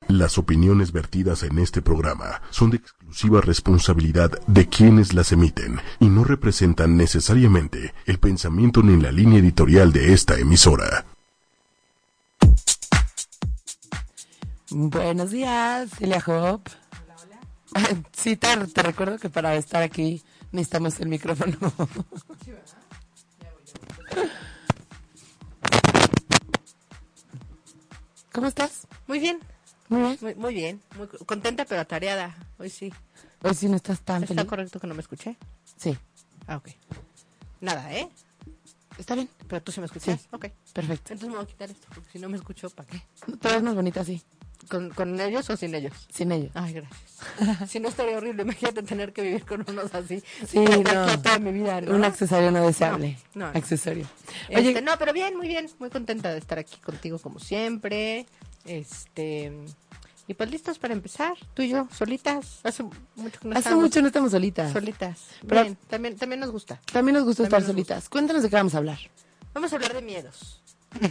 Las opiniones vertidas en este programa son de exclusiva responsabilidad de quienes las emiten y no representan necesariamente el pensamiento ni la línea editorial de esta emisora. Buenos días, Celia Hope. Hola. Sí, te recuerdo que para estar aquí necesitamos el micrófono. Sí, ¿verdad? ¿Cómo estás? Muy bien. Muy bien. Muy bien. Muy contenta pero atareada. Hoy sí. Hoy sí no estás tan feliz. ¿Está correcto que no me escuché? Sí. Ah, ok. Nada, ¿eh? Está bien. ¿Pero tú sí me escuchas? Sí. Ok. Perfecto. Entonces me voy a quitar esto, porque si no me escucho, ¿para qué? Todo es más bonito así. ¿Con ellos o sin ellos? Sin ellos. Ay, gracias. Si no, estaría horrible. Imagínate tener que vivir con unos así. Sí, no. Toda mi vida, ¿no? Un accesorio no deseable. No. Accesorio. Oye, No, pero bien, muy bien. Muy contenta de estar aquí contigo como siempre. Y pues listos para empezar. Tú y yo, solitas. Hace mucho no estamos solitas. Solitas. Pero bien, también nos gusta. También nos gusta estar También nos solitas. Cuéntanos de qué vamos a hablar. Vamos a hablar de miedos.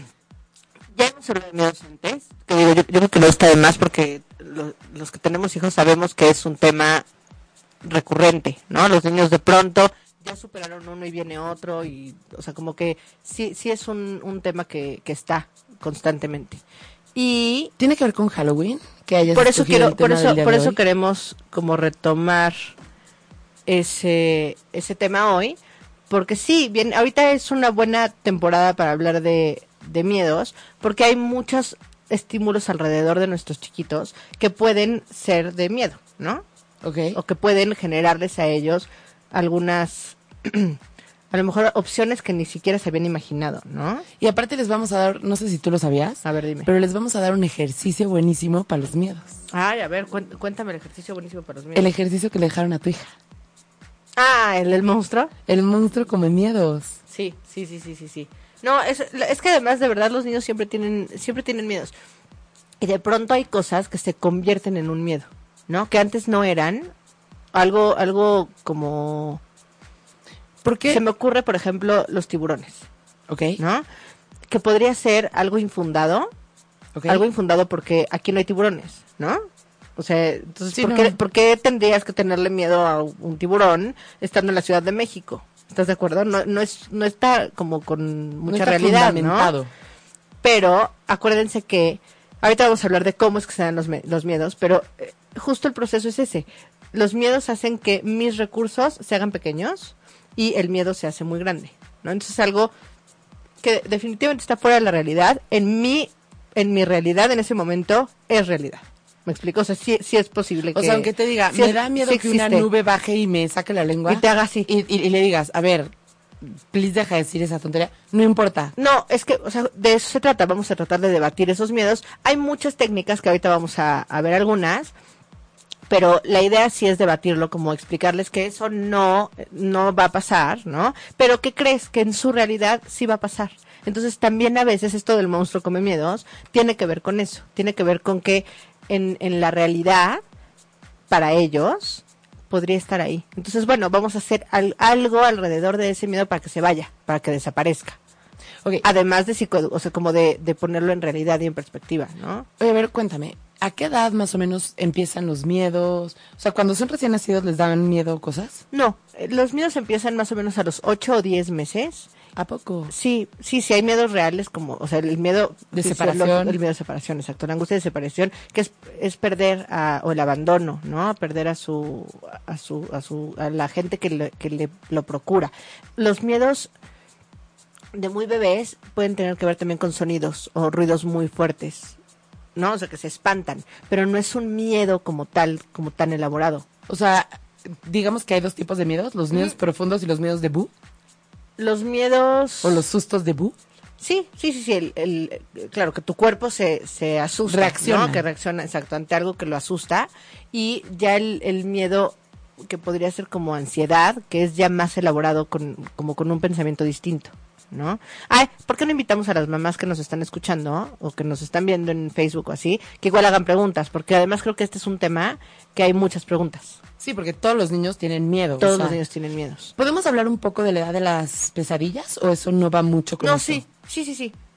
Ya hemos hablado de miedos antes. Que digo, yo creo que no está de más porque los que tenemos hijos sabemos que es un tema recurrente, ¿no? Los niños de pronto ya superaron uno y viene otro y, o sea, como que sí es un tema que está constantemente. Y ¿tiene que ver con Halloween? Que hayas por eso por eso queremos como retomar ese tema hoy, porque sí, bien, ahorita es una buena temporada para hablar de miedos, porque hay muchos estímulos alrededor de nuestros chiquitos que pueden ser de miedo, ¿no? Okay. O que pueden generarles a ellos algunas a lo mejor opciones que ni siquiera se habían imaginado, ¿no? Y aparte les vamos a dar, no sé si tú lo sabías. A ver, dime. Pero les vamos a dar un ejercicio buenísimo para los miedos. Ay, a ver, cuéntame el ejercicio buenísimo para los miedos. El ejercicio que le dejaron a tu hija. Ah, ¿el del monstruo? El monstruo come miedos. Sí. No, es que además de verdad los niños siempre tienen miedos. Y de pronto hay cosas que se convierten en un miedo, ¿no? Que antes no eran algo como... ¿Por qué? Se me ocurre, por ejemplo, los tiburones. Ok. ¿No? Que podría ser algo infundado. Okay. Algo infundado porque aquí no hay tiburones, ¿no? O sea, entonces, sí, ¿por qué tendrías que tenerle miedo a un tiburón estando en la Ciudad de México? ¿Estás de acuerdo? No está como con mucha realidad, ¿no? Pero acuérdense que ahorita vamos a hablar de cómo es que se dan los miedos, pero justo el proceso es ese. Los miedos hacen que mis recursos se hagan pequeños y el miedo se hace muy grande, ¿no? Entonces algo que definitivamente está fuera de la realidad, en mi realidad en ese momento es realidad. ¿Me explico? O sea, sí es posible que... O sea, aunque te diga, me da miedo que una nube baje y me saque la lengua. Y te haga así. Y le digas, a ver, please deja de decir esa tontería. No importa. No, es que, o sea, de eso se trata. Vamos a tratar de debatir esos miedos. Hay muchas técnicas que ahorita vamos a ver algunas. Pero la idea sí es debatirlo, como explicarles que eso no va a pasar, ¿no? Pero ¿qué crees? Que en su realidad sí va a pasar. Entonces también a veces esto del monstruo come miedos tiene que ver con eso. Tiene que ver con que en la realidad, para ellos, podría estar ahí. Entonces, bueno, vamos a hacer algo alrededor de ese miedo para que se vaya, para que desaparezca. Okay. Además de o sea, como de ponerlo en realidad y en perspectiva, ¿no? Oye, a ver, cuéntame, ¿a qué edad más o menos empiezan los miedos? O sea, cuando son recién nacidos, ¿les dan miedo cosas? No, los miedos empiezan más o menos a los 8 o 10 meses. ¿A poco? Sí, hay miedos reales como, o sea, el miedo de separación. El miedo de separación, exacto, la angustia de separación, que es perder o el abandono, ¿no? Perder a la gente que lo procura. Los miedos de muy bebés pueden tener que ver también con sonidos o ruidos muy fuertes, ¿no? O sea, que se espantan, pero no es un miedo como tal, como tan elaborado. O sea, digamos que hay dos tipos de miedos, los miedos profundos y los miedos de Boo. Los miedos... ¿O los sustos de Boo? Sí, claro, que tu cuerpo se asusta, reacciona, ¿no? Que reacciona, exacto, ante algo que lo asusta, y ya el miedo que podría ser como ansiedad, que es ya más elaborado como con un pensamiento distinto, ¿no? Ay, ¿por qué no invitamos a las mamás que nos están escuchando o que nos están viendo en Facebook o así, que igual hagan preguntas? Porque además creo que este es un tema que hay muchas preguntas. Sí, porque todos los niños tienen miedo. Todos los niños tienen miedos. ¿Podemos hablar un poco de la edad de las pesadillas o eso no va mucho con eso? Sí.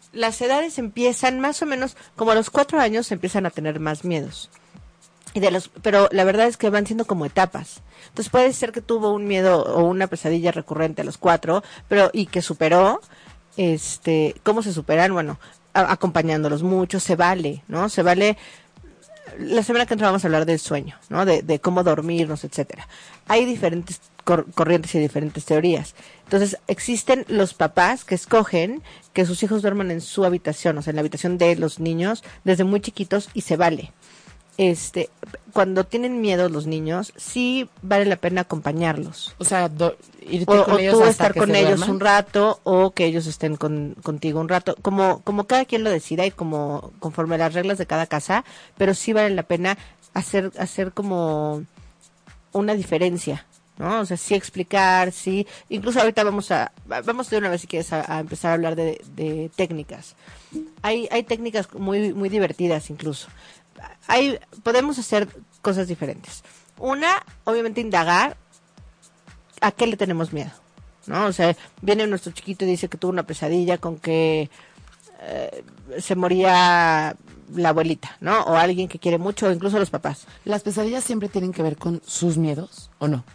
las edades empiezan más o menos, como a los 4 años empiezan a tener más miedos. Pero la verdad es que van siendo como etapas. Entonces puede ser que tuvo un miedo o una pesadilla recurrente a los 4, y que superó. ¿Cómo se superan? Bueno, acompañándolos mucho, se vale, ¿no? Se vale. La semana que entra vamos a hablar del sueño, ¿no? De cómo dormirnos, etcétera. Hay diferentes corrientes y diferentes teorías. Entonces, existen los papás que escogen que sus hijos duerman en su habitación, o sea, en la habitación de los niños, desde muy chiquitos, y se vale. Cuando tienen miedo los niños, sí vale la pena acompañarlos. O sea, irte con ellos tú hasta estar que con se ellos duerman. un rato, o que ellos estén contigo un rato, como cada quien lo decida y como conforme las reglas de cada casa, pero sí vale la pena hacer como una diferencia, ¿no? O sea, sí explicar, sí. Incluso ahorita vamos de una vez si quieres a empezar a hablar de técnicas. Hay técnicas muy muy divertidas incluso. Podemos hacer cosas diferentes. Una, obviamente, indagar a qué le tenemos miedo, ¿no? O sea, viene nuestro chiquito y dice que tuvo una pesadilla con que se moría la abuelita, ¿no? O alguien que quiere mucho, o incluso los papás. ¿Las pesadillas siempre tienen que ver con sus miedos o no?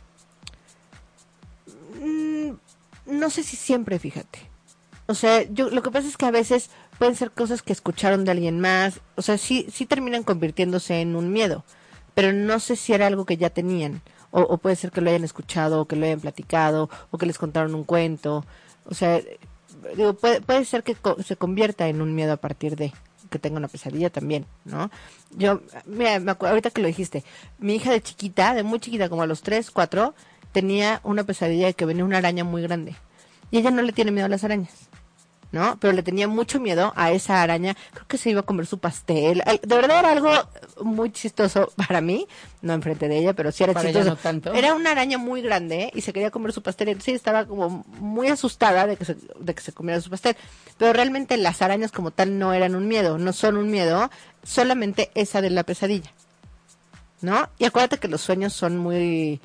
No sé si siempre, fíjate. O sea, lo que pasa es que a veces pueden ser cosas que escucharon de alguien más. O sea, sí terminan convirtiéndose en un miedo. Pero no sé si era algo que ya tenían. O puede ser que lo hayan escuchado, o que lo hayan platicado, o que les contaron un cuento. O sea, digo, puede ser que se convierta en un miedo a partir de que tenga una pesadilla también, ¿no? Mira, me acuerdo, ahorita que lo dijiste, mi hija de muy chiquita, como a los 3, 4, tenía una pesadilla de que venía una araña muy grande. Y ella no le tiene miedo a las arañas, ¿no? Pero le tenía mucho miedo a esa araña. Creo que se iba a comer su pastel. De verdad era algo muy chistoso para mí. No enfrente de ella, pero sí era para chistoso. Ella no tanto. Era una araña muy grande y se quería comer su pastel. Entonces ella estaba como muy asustada de que se comiera su pastel. Pero realmente las arañas como tal no eran un miedo. No son un miedo. Solamente esa de la pesadilla, ¿no? Y acuérdate que los sueños son muy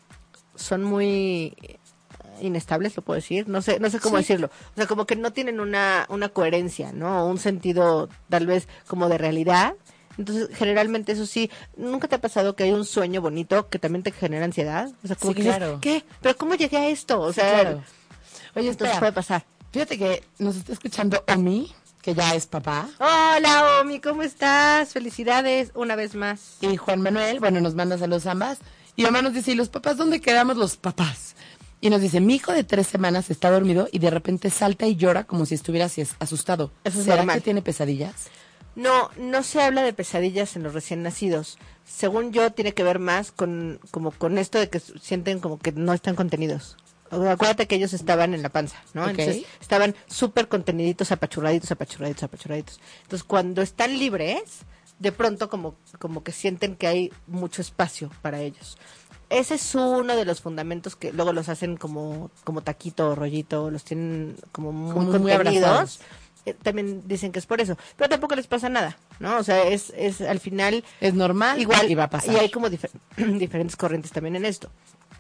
inestables, lo puedo decir, no sé cómo decirlo, o sea, como que no tienen una coherencia, ¿no? Un sentido tal vez como de realidad. Entonces, generalmente eso sí, ¿nunca te ha pasado que hay un sueño bonito que también te genera ansiedad? O sea, como sí, que claro. dices, ¿qué? ¿Pero cómo llegué a esto? O sea, claro. Oye, entonces espera, puede pasar. Fíjate que nos está escuchando Omi, que ya es papá. Hola, Omi, ¿cómo estás? Felicidades una vez más. Y Juan Manuel, bueno, nos manda saludos ambas. Y mamá nos dice, ¿y los papás dónde quedamos los papás? Y nos dice, mi hijo de 3 semanas está dormido y de repente salta y llora como si estuviera asustado. Eso es ¿Será normal. que tiene pesadillas? No se habla de pesadillas en los recién nacidos. Según yo, tiene que ver más con esto de que sienten como que no están contenidos. Acuérdate que ellos estaban en la panza, ¿no? Okay. Entonces estaban súper conteniditos, apachurraditos. Entonces cuando están libres, de pronto como que sienten que hay mucho espacio para ellos. Ese es uno de los fundamentos que luego los hacen como taquito o rollito, los tienen como muy contenidos. También dicen que es por eso, pero tampoco les pasa nada, ¿no? O sea, es al final es normal, igual, y va a pasar. Y hay como diferentes corrientes también en esto.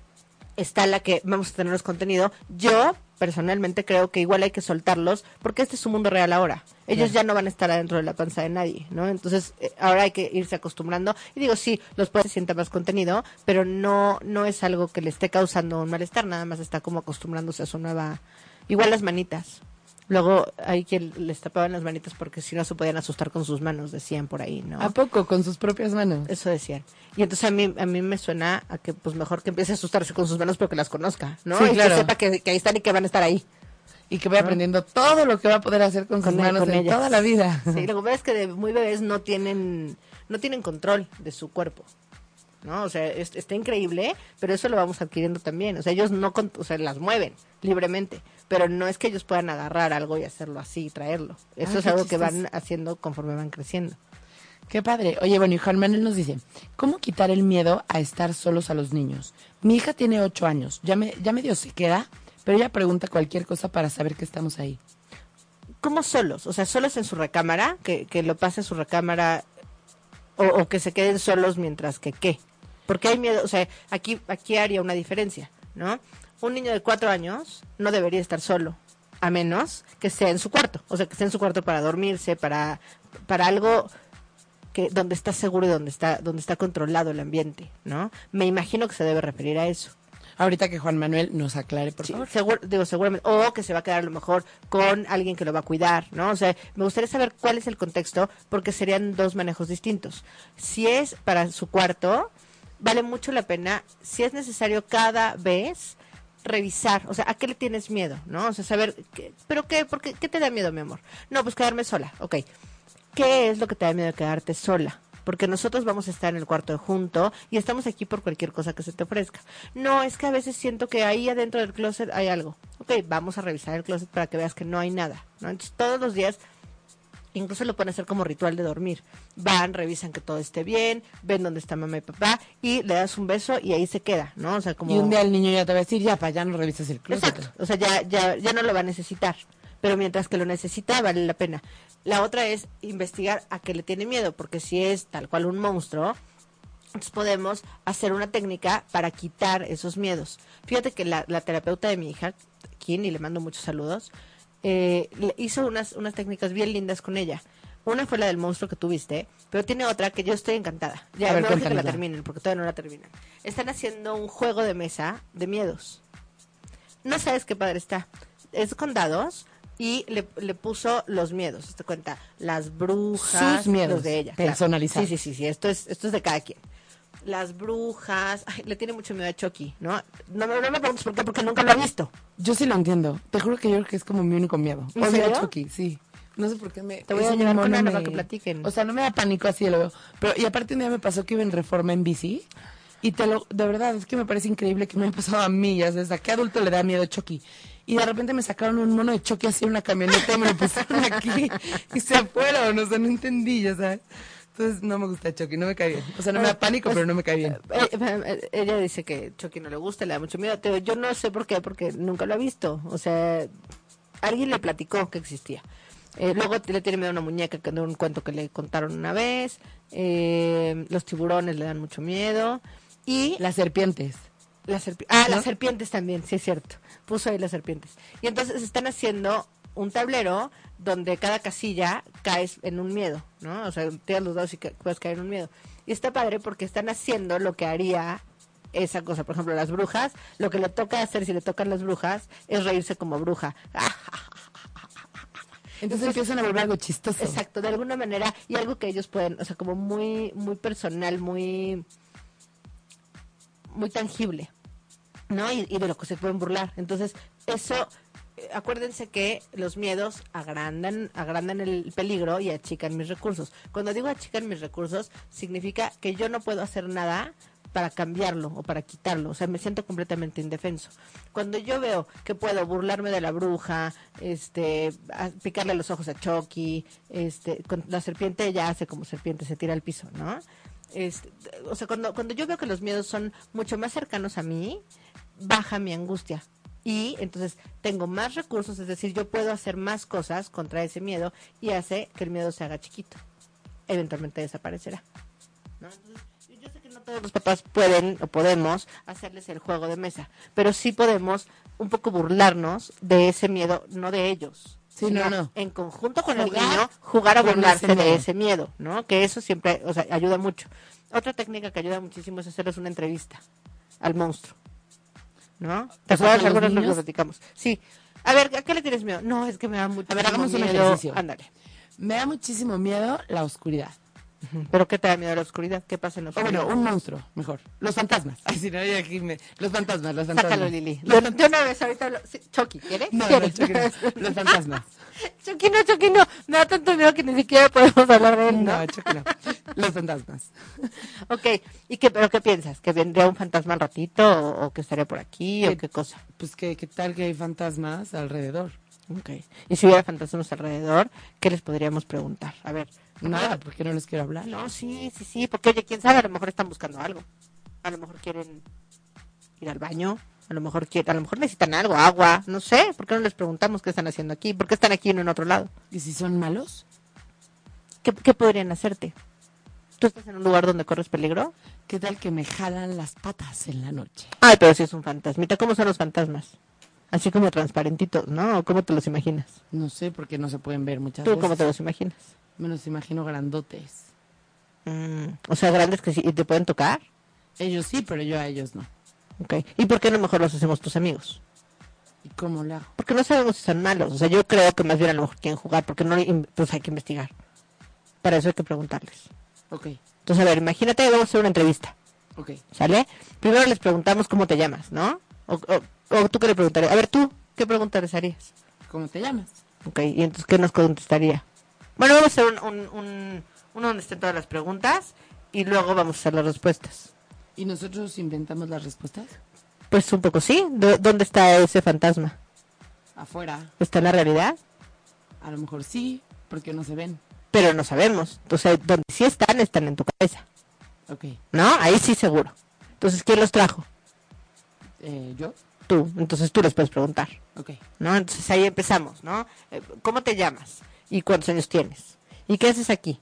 Está la que vamos a tenerlos contenido. Yo personalmente creo que igual hay que soltarlos porque este es su mundo real ahora. Ellos ya no van a estar adentro de la panza de nadie, ¿no? Entonces ahora hay que irse acostumbrando. Y digo, sí, los puede se sienta más contenido, pero no es algo que le esté causando un malestar, nada más está como acostumbrándose a su nueva. Igual las manitas. Luego hay quien les tapaban las manitas porque si no se podían asustar con sus manos, decían por ahí, ¿no? ¿A poco? Con sus propias manos. Eso decían. Y entonces a mí me suena a que pues mejor que empiece a asustarse con sus manos pero que las conozca, ¿no? Sí, y claro. que sepa que ahí están y que van a estar ahí. Y que vaya aprendiendo todo lo que va a poder hacer con sus manos en ellas. toda la vida. Sí, lo que pasa es que de muy bebés no tienen control de su cuerpo, ¿no? O sea, está increíble, pero eso lo vamos adquiriendo también. O sea, ellos las mueven libremente, pero no es que ellos puedan agarrar algo y hacerlo así y traerlo. Eso es algo que van haciendo conforme van creciendo. Qué padre. Oye, bueno, y Juan Manuel nos dice, ¿cómo quitar el miedo a estar solos a los niños? Mi hija tiene 8 años, ya medio se queda, pero ella pregunta cualquier cosa para saber que estamos ahí. ¿Cómo solos? O sea, solos en su recámara, que lo pase a su recámara, o que se queden solos mientras que ¿qué? Porque hay miedo, o sea, aquí haría una diferencia, ¿no? Un niño de 4 años no debería estar solo. a menos que sea en su cuarto, o sea, que sea en su cuarto para dormirse, para algo que donde está seguro y donde está controlado el ambiente, ¿no? Me imagino que se debe referir a eso. Ahorita que Juan Manuel nos aclare, por favor. Seguramente, o que se va a quedar a lo mejor con alguien que lo va a cuidar, ¿no? O sea, me gustaría saber cuál es el contexto, porque serían dos manejos distintos. Si es para su cuarto, vale mucho la pena, si es necesario cada vez revisar, o sea, ¿a qué le tienes miedo, no? O sea, saber, ¿qué te da miedo, mi amor? No, pues quedarme sola, ok. ¿Qué es lo que te da miedo de quedarte sola? Porque nosotros vamos a estar en el cuarto junto y estamos aquí por cualquier cosa que se te ofrezca. No, es que a veces siento que ahí adentro del closet hay algo. Ok, vamos a revisar el closet para que veas que no hay nada, ¿no? Entonces, todos los días, incluso lo pueden hacer como ritual de dormir. Van, revisan que todo esté bien, ven dónde está mamá y papá y le das un beso y ahí se queda, ¿no? O sea, como... Y un día el niño ya te va a decir, ya, para ya no revisas el closet. Exacto, o sea, ya no lo va a necesitar. Pero mientras que lo necesita, vale la pena. La otra es investigar a qué le tiene miedo, porque si es tal cual un monstruo, entonces podemos hacer una técnica para quitar esos miedos. Fíjate que la terapeuta de mi hija, Kim, y le mando muchos saludos, le hizo unas técnicas bien lindas con ella. Una fue la del monstruo que tuviste, pero tiene otra que yo estoy encantada. Ya me urge que la terminen, porque todavía no la terminan. Están haciendo un juego de mesa de miedos. No sabes qué padre está. Es con dados. Y le puso los miedos, te cuenta, las brujas, sus miedos, los de ella, personalizados. Claro. Sí, esto es de cada quien. Las brujas, le tiene mucho miedo a Chucky, ¿no? No me preguntes por qué, porque nunca lo ha visto. Yo sí lo entiendo, te juro que yo creo que es como mi único miedo. ¿En serio? A Chucky, sí. No sé por qué te voy a llevar con Ana para que platiquen. O sea, no me da pánico así lo veo. Pero, y aparte un día me pasó que iba en Reforma en bici. Y de verdad, es que me parece increíble que me haya pasado a mí, ya sabes, ¿a qué adulto le da miedo Chucky? Y de repente me sacaron un mono de Chucky así en una camioneta y me lo pusieron aquí y se fueron, o sea, no entendí, ya sabes. Entonces no me gusta Chucky, no me cae bien. O sea, no me da pánico, pero no me cae bien. Ella dice que Chucky no le gusta, le da mucho miedo. Yo no sé por qué, porque nunca lo ha visto. O sea, alguien le platicó que existía. Luego le tiene miedo a una muñeca, que de un cuento que le contaron una vez. Los tiburones le dan mucho miedo. Y las serpientes. ¿no? Las serpientes también, sí es cierto. Puso ahí las serpientes. Y entonces están haciendo un tablero donde cada casilla caes en un miedo, ¿no? O sea, tiras los dados y puedes caer en un miedo. Y está padre porque están haciendo lo que haría esa cosa. Por ejemplo, las brujas, lo que le toca hacer si le tocan las brujas es reírse como bruja. Entonces empiezan a volver algo chistoso. Exacto, de alguna manera, y algo que ellos pueden, o sea, como muy, muy personal, muy tangible, ¿no? Y de lo que se pueden burlar. Entonces, eso, acuérdense que los miedos agrandan el peligro y achican mis recursos. Cuando digo achican mis recursos, significa que yo no puedo hacer nada para cambiarlo o para quitarlo, o sea, me siento completamente indefenso. Cuando yo veo que puedo burlarme de la bruja, picarle los ojos a Chucky, con la serpiente ya hace como serpiente, se tira al piso, ¿no? O sea, cuando yo veo que los miedos son mucho más cercanos a mí, baja mi angustia. Y entonces tengo más recursos, es decir, yo puedo hacer más cosas contra ese miedo y hace que el miedo se haga chiquito. Eventualmente desaparecerá, ¿no? Entonces, yo sé que no todos los papás pueden o podemos hacerles el juego de mesa, pero sí podemos un poco burlarnos de ese miedo, no de ellos. Sí, no. En conjunto con el niño, jugar a burlarse de ese miedo, ¿no? Que eso siempre, o sea, ayuda mucho. Otra técnica que ayuda muchísimo es hacerles una entrevista al monstruo, ¿no? ¿Te acuerdas? Algunos nos lo platicamos. Sí. A ver, ¿a qué le tienes miedo? No, es que me da mucho miedo. A ver, hagamos un ejercicio. Ándale. Me da muchísimo miedo la oscuridad. ¿Pero qué te da miedo la oscuridad? ¿Qué pasa en la oscuridad? Bueno, un monstruo, mejor. Los fantasmas. Ay, si no, aquí los fantasmas. Sácalo, Lili. De una vez, ahorita Chucky, ¿quieres? No, Chucky no. Los fantasmas. Chucky no. Me da tanto miedo que ni siquiera podemos hablar de él, ¿no? No, Chucky no. Los fantasmas. Ok. ¿Pero qué piensas? ¿Que vendría un fantasma al ratito o que estaría por aquí o qué cosa? Pues ¿qué tal que hay fantasmas alrededor? Ok. Y si hubiera fantasmas alrededor, ¿qué les podríamos preguntar? A ver. Nada, porque no les quiero hablar. No, sí, porque oye, quién sabe, a lo mejor están buscando algo. A lo mejor quieren ir al baño, a lo mejor necesitan algo, agua, no sé, ¿por qué no les preguntamos qué están haciendo aquí? ¿Por qué están aquí y no en otro lado? ¿Y si son malos? ¿Qué podrían hacerte? ¿Tú estás en un lugar donde corres peligro? ¿Qué tal que me jalan las patas en la noche? Ay, pero si es un fantasmita, ¿cómo son los fantasmas? Así como transparentitos, ¿no? ¿O cómo te los imaginas? No sé, porque no se pueden ver muchas ¿Tú veces. cómo te los imaginas? Me los imagino grandotes. O sea, grandes que sí, ¿y te pueden tocar? Ellos sí, pero yo a ellos no. Ok. ¿Y por qué no mejor los hacemos tus amigos? ¿Y cómo lo hago? Porque no sabemos si son malos. O sea, yo creo que más bien a lo mejor quieren jugar, porque no, pues hay que investigar. Para eso hay que preguntarles. Ok. Entonces, a ver, imagínate, vamos a hacer una entrevista. Ok. ¿Sale? Primero les preguntamos cómo te llamas, ¿no? O tú qué le preguntarías. A ver, tú, ¿qué pregunta les harías? ¿Cómo te llamas? Ok, y entonces, ¿qué nos contestaría? Bueno, vamos a hacer uno donde estén todas las preguntas y luego vamos a hacer las respuestas. ¿Y nosotros inventamos las respuestas? Pues un poco sí. ¿Dónde está ese fantasma? Afuera. ¿Está en la realidad? A lo mejor sí, porque no se ven. Pero no sabemos. Entonces, donde sí están en tu cabeza. Ok. ¿No? Ahí sí seguro. Entonces, ¿quién los trajo? ¿Yo? Tú. Entonces tú les puedes preguntar. Ok. ¿No? Entonces ahí empezamos, ¿no? ¿Cómo te llamas? ¿Y cuántos años tienes? ¿Y qué haces aquí?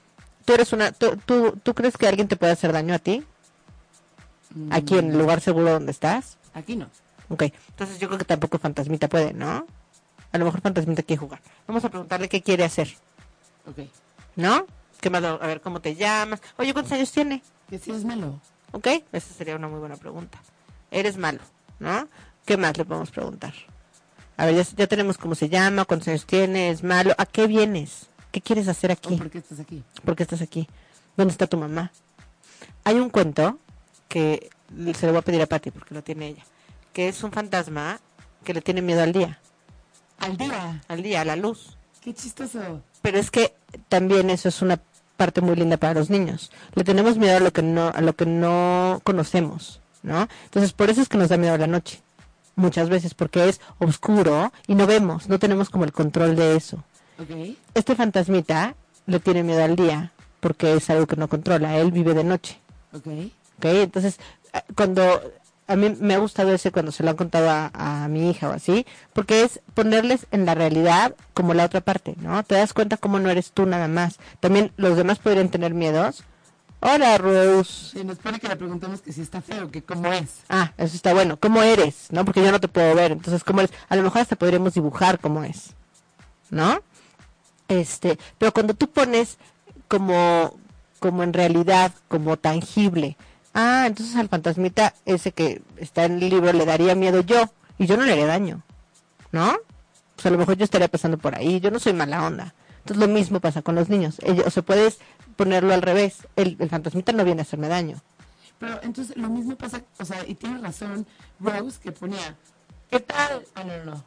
¿Tú crees que alguien te puede hacer daño a ti? ¿Aquí en el lugar seguro donde estás? Aquí no. Ok. Entonces yo creo que tampoco Fantasmita puede, ¿no? A lo mejor Fantasmita quiere jugar. Vamos a preguntarle qué quiere hacer. Ok. ¿No? ¿Qué más? A ver, ¿cómo te llamas? Oye, ¿cuántos años tiene? ¿Que si es malo? Ok, esa sería una muy buena pregunta. Eres malo, ¿no? ¿Qué más le podemos preguntar? A ver, ya tenemos cómo se llama, cuántos años tiene, es malo. ¿A qué vienes? ¿Qué quieres hacer aquí? ¿Por qué estás aquí? ¿Por qué estás aquí? ¿Dónde está tu mamá? Hay un cuento que se lo voy a pedir a Pati porque lo tiene ella, que es un fantasma que le tiene miedo al día. ¿Al día? Al día, a la luz. Qué chistoso. Pero es que también eso es una parte muy linda para los niños. Le tenemos miedo a lo que no conocemos, ¿no? Entonces, por eso es que nos da miedo la noche. Muchas veces porque es oscuro y no vemos, no tenemos como el control de eso. Ok. Este fantasmita le tiene miedo al día porque es algo que no controla, él vive de noche. Ok. Ok, entonces cuando a mí me ha gustado ese cuando se lo han contado a mi hija o así, porque es ponerles en la realidad como la otra parte, ¿no? Te das cuenta cómo no eres tú nada más. También los demás podrían tener miedos. Hola, Rose. Sí, nos pone que le preguntemos que si está feo, que cómo es. Ah, eso está bueno. ¿Cómo eres? ¿No? Porque yo no te puedo ver. Entonces, ¿cómo eres? A lo mejor hasta podríamos dibujar cómo es. ¿No? Pero cuando tú pones como en realidad, como tangible, entonces al fantasmita ese que está en el libro le daría miedo yo, y yo no le haría daño, ¿no? Pues a lo mejor yo estaría pasando por ahí, yo no soy mala onda. Entonces lo mismo pasa con los niños. O sea, puedes ponerlo al revés, el fantasmita no viene a hacerme daño. Pero entonces lo mismo pasa, o sea, y tiene razón Rose que ponía, ¿qué tal? No.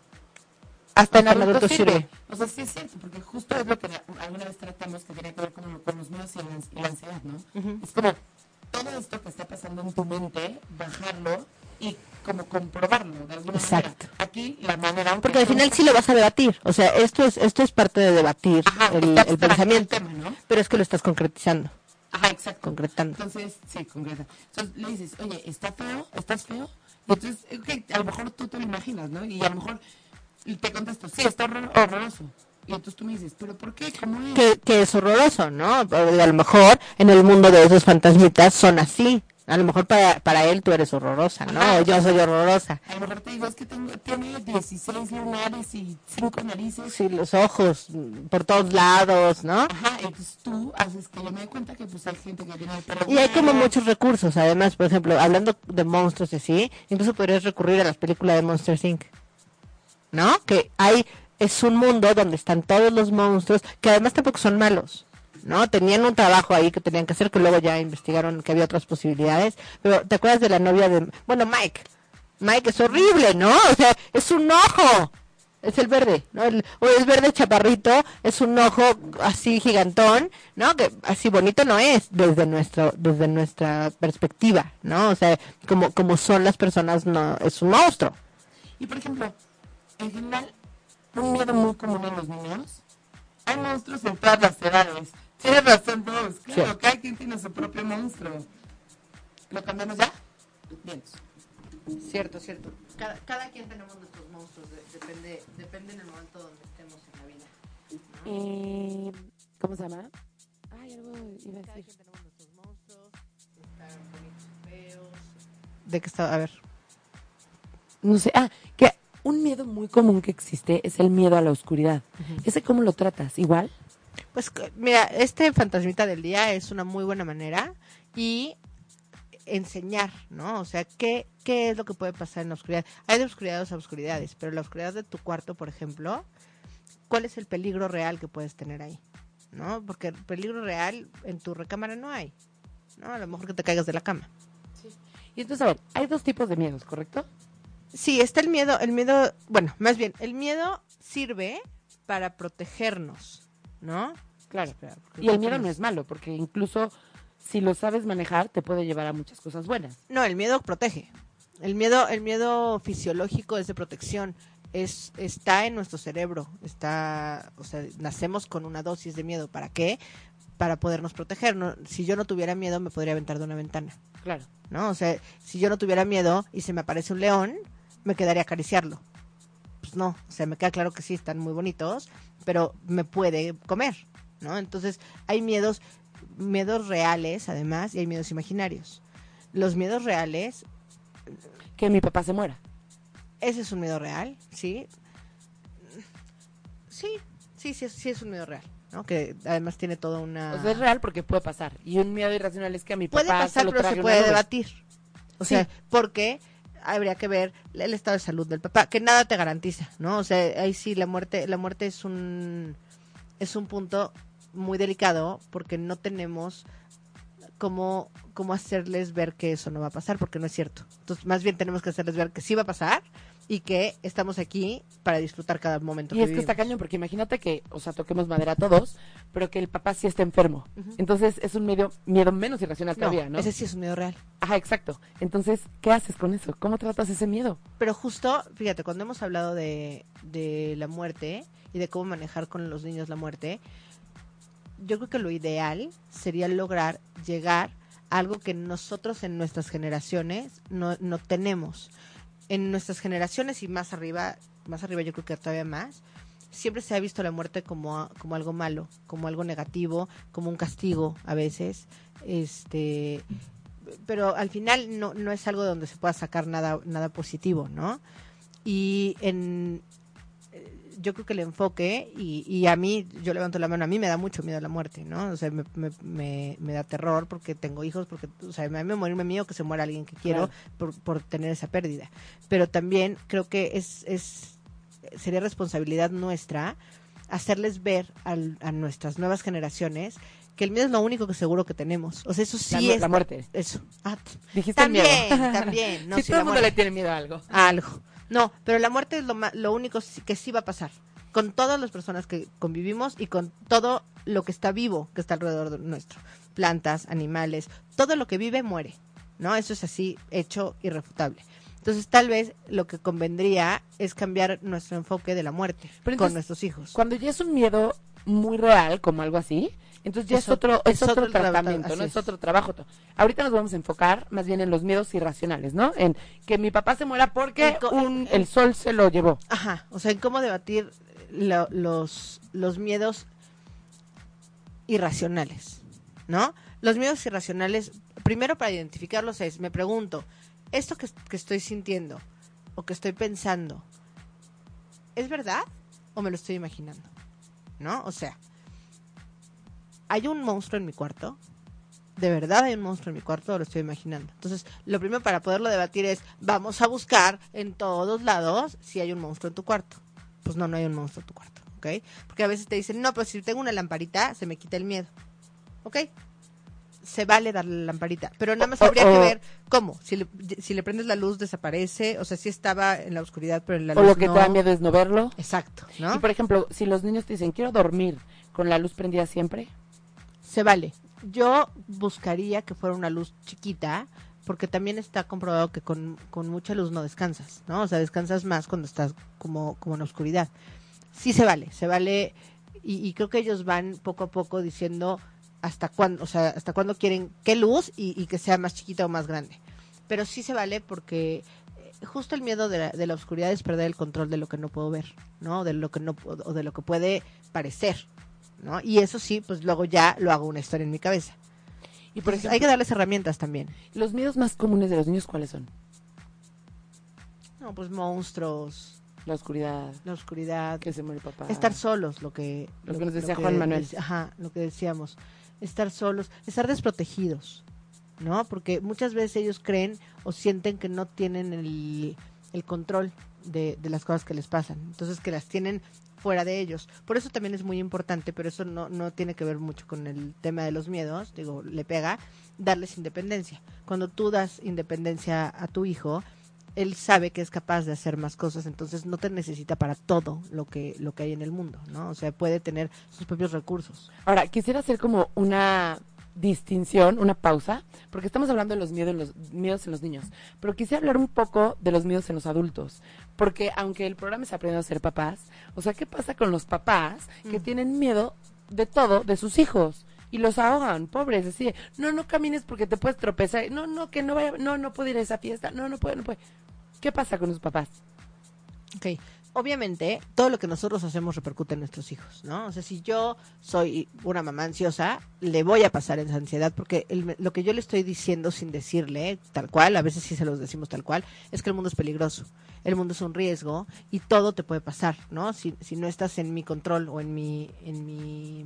Hasta en adulto sirve. O sea, sí es cierto, porque justo es lo que alguna vez tratamos que tiene que ver con los miedos y la ansiedad, ¿no? Uh-huh. Es como todo esto que está pasando en tu mente, bajarlo y como comprobarlo de alguna manera. Aquí la manera... Porque al final sí lo vas a debatir. O sea, esto es parte de debatir. Ajá, el pensamiento. El tema, ¿no? Pero es que lo estás concretizando. Ajá, exacto. Concretando. Entonces, sí, concreta. Entonces le dices, oye, ¿está feo? ¿Estás feo? Y entonces, okay, a lo mejor tú te lo imaginas, ¿no? Y a lo mejor te contesto, sí, está horroroso. Y entonces tú me dices, ¿pero por qué? ¿Cómo es? Que es horroroso, ¿no? A lo mejor en el mundo de esos fantasmitas son así. A lo mejor para él tú eres horrorosa, ¿no? Ajá, yo soy horrorosa. A lo mejor te digo, es que tiene 16 lunares y 5 narices. Sí, los ojos por todos lados, ¿no? Ajá, entonces tú haces que yo me dé cuenta que pues hay gente que tiene el perro. Y hay como muchos recursos, además, por ejemplo, hablando de monstruos y así, incluso podrías recurrir a las películas de Monsters Inc., ¿no? Que es un mundo donde están todos los monstruos, que además tampoco son malos, ¿no? Tenían un trabajo ahí que tenían que hacer, que luego ya investigaron que había otras posibilidades, pero ¿te acuerdas de la novia de... Bueno, Mike es horrible, ¿no? O sea, es un ojo, es el verde, ¿no? O es verde chaparrito, es un ojo así gigantón, ¿no? Que así bonito no es desde nuestra perspectiva, ¿no? O sea, como son las personas, no, es un monstruo. Y por ejemplo, en general, un miedo muy común en los niños, hay monstruos en todas las edades. Tienes razón, Rose. Claro, sí. Cada quien tiene su propio monstruo. ¿Lo cambiamos ya? Bien. Cierto. Cada quien tenemos nuestros monstruos. Depende en el momento donde estemos en la vida, ¿no? ¿Cómo se llama? Ay, algo iba a decir. Cada quien tenemos nuestros monstruos. Están bonitos, feos. ¿De qué está? A ver. No sé. Que un miedo muy común que existe es el miedo a la oscuridad. ¿Ese cómo lo tratas? ¿Igual? Pues mira, este fantasmita del día es una muy buena manera y enseñar, ¿no? O sea, ¿qué es lo que puede pasar en la oscuridad? Hay de oscuridades a oscuridades, pero la oscuridad de tu cuarto, por ejemplo, ¿cuál es el peligro real que puedes tener ahí? ¿No? Porque el peligro real en tu recámara no hay, ¿no? A lo mejor que te caigas de la cama. Sí. Y entonces, a ver, hay dos tipos de miedos, ¿correcto? Sí, está el miedo, bueno, más bien, el miedo sirve para protegernos, ¿no? Claro. Y el miedo no es malo, porque incluso si lo sabes manejar, te puede llevar a muchas cosas buenas. No, el miedo protege. El miedo fisiológico es de protección. Está en nuestro cerebro. O sea, nacemos con una dosis de miedo. ¿Para qué? Para podernos proteger. No, si yo no tuviera miedo, me podría aventar de una ventana. Claro. ¿No? O sea, si yo no tuviera miedo y se me aparece un león, me quedaría a acariciarlo. Pues no, o sea, me queda claro que sí, están muy bonitos, pero me puede comer, ¿no? Entonces, hay miedos reales, además, y hay miedos imaginarios. Los miedos reales... Que mi papá se muera. Ese es un miedo real, ¿sí? Sí es un miedo real, ¿no? Que además tiene toda una... O sea, es real porque puede pasar. Y un miedo irracional es que a mi papá puede pasar, se lo pero trague se una puede nube. debatir. O sea, porque habría que ver el estado de salud del papá, que nada te garantiza, ¿no? O sea, ahí sí la muerte es un punto muy delicado porque no tenemos cómo hacerles ver que eso no va a pasar, porque no es cierto. Entonces, más bien tenemos que hacerles ver que sí va a pasar y que estamos aquí para disfrutar cada momento. Y es que está cañón, porque imagínate que, o sea, toquemos madera todos, pero que el papá sí está enfermo. Entonces es un miedo menos irracional todavía, ¿no? Ese sí es un miedo real. Ajá, exacto. Entonces, ¿qué haces con eso? ¿Cómo tratas ese miedo? Pero justo, fíjate, cuando hemos hablado de la muerte y de cómo manejar con los niños la muerte, yo creo que lo ideal sería lograr llegar a algo que nosotros en nuestras generaciones no tenemos. En nuestras generaciones y más arriba yo creo que todavía más, siempre se ha visto la muerte como algo malo, como algo negativo, como un castigo a veces, pero al final no es algo donde se pueda sacar nada positivo, ¿no? Y yo creo que el enfoque, y a mí, yo levanto la mano, a mí me da mucho miedo la muerte, ¿no? O sea, me da terror porque tengo hijos, porque, o sea, me da morirme mío que se muera alguien que quiero por tener esa pérdida. Pero también creo que sería responsabilidad nuestra hacerles ver a nuestras nuevas generaciones que el miedo es lo único que seguro que tenemos. O sea, eso sí es... La muerte. Eso. Dijiste también, el miedo. También. No, si todo el mundo le tiene miedo a algo. Algo. No, pero la muerte es lo único que sí va a pasar. Con todas las personas que convivimos y con todo lo que está vivo, que está alrededor de nuestro. Plantas, animales, todo lo que vive muere, ¿no? Eso es así, hecho irrefutable. Entonces, tal vez lo que convendría es cambiar nuestro enfoque de la muerte con nuestros hijos. Cuando ya es un miedo muy real, como algo así, entonces ya es otro tratamiento, ¿no? Es otro trabajo. Ahorita nos vamos a enfocar más bien en los miedos irracionales, ¿no? En que mi papá se muera porque el sol se lo llevó. Ajá, o sea, en cómo debatir los miedos irracionales, ¿no? Los miedos irracionales, primero para identificarlos me pregunto, ¿esto que estoy sintiendo o que estoy pensando, ¿es verdad o me lo estoy imaginando? ¿No? O sea, ¿hay un monstruo en mi cuarto? ¿De verdad hay un monstruo en mi cuarto o lo estoy imaginando? Entonces, lo primero para poderlo debatir es, vamos a buscar en todos lados si hay un monstruo en tu cuarto. Pues no hay un monstruo en tu cuarto, ¿ok? Porque a veces te dicen, no, pero si tengo una lamparita, se me quita el miedo. ¿Ok? Se vale darle la lamparita, pero nada más habría que ver cómo. Si le prendes la luz, desaparece. O sea, sí estaba en la oscuridad, pero en la luz no. O lo que no. te da miedo es no verlo. Exacto, ¿no? Y, por ejemplo, si los niños te dicen, quiero dormir con la luz prendida siempre. Se vale. Yo buscaría que fuera una luz chiquita, porque también está comprobado que con mucha luz no descansas, ¿no? O sea, descansas más cuando estás como en la oscuridad. Sí se vale. Y creo que ellos van poco a poco diciendo hasta cuándo quieren qué luz y que sea más chiquita o más grande. Pero sí se vale porque justo el miedo de la oscuridad es perder el control de lo que no puedo ver, ¿no? De lo que no o de lo que puede parecer, ¿no? Y eso sí, pues luego ya lo hago una historia en mi cabeza. Y por eso hay que darles herramientas también. ¿Los miedos más comunes de los niños cuáles son? No, pues monstruos, La oscuridad. Que se muere el papá. Estar solos, lo que nos decía Juan Manuel. Lo que decíamos. Estar solos, estar desprotegidos, ¿no? Porque muchas veces ellos creen o sienten que no tienen el control de las cosas que les pasan. Entonces, que las tienen fuera de ellos. Por eso también es muy importante, pero eso no tiene que ver mucho con el tema de los miedos, le pega, darles independencia. Cuando tú das independencia a tu hijo, él sabe que es capaz de hacer más cosas, entonces no te necesita para todo lo que hay en el mundo, ¿no? O sea, puede tener sus propios recursos. Ahora, quisiera hacer como una distinción, una pausa, porque estamos hablando de los miedos en los niños, pero quisiera hablar un poco de los miedos en los adultos, porque aunque el programa es Aprendiendo a ser papás, o sea, ¿qué pasa con los papás que tienen miedo de todo, de sus hijos? Y los ahogan, pobres, decir, no camines porque te puedes tropezar, que no vaya, no puedo ir a esa fiesta, no puede. ¿Qué pasa con los papás? Ok, obviamente, todo lo que nosotros hacemos repercute en nuestros hijos, ¿no? O sea, si yo soy una mamá ansiosa, le voy a pasar esa ansiedad, porque lo que yo le estoy diciendo sin decirle tal cual, a veces sí se los decimos tal cual, es que el mundo es peligroso, el mundo es un riesgo y todo te puede pasar, ¿no? Si no estás en mi control o en mi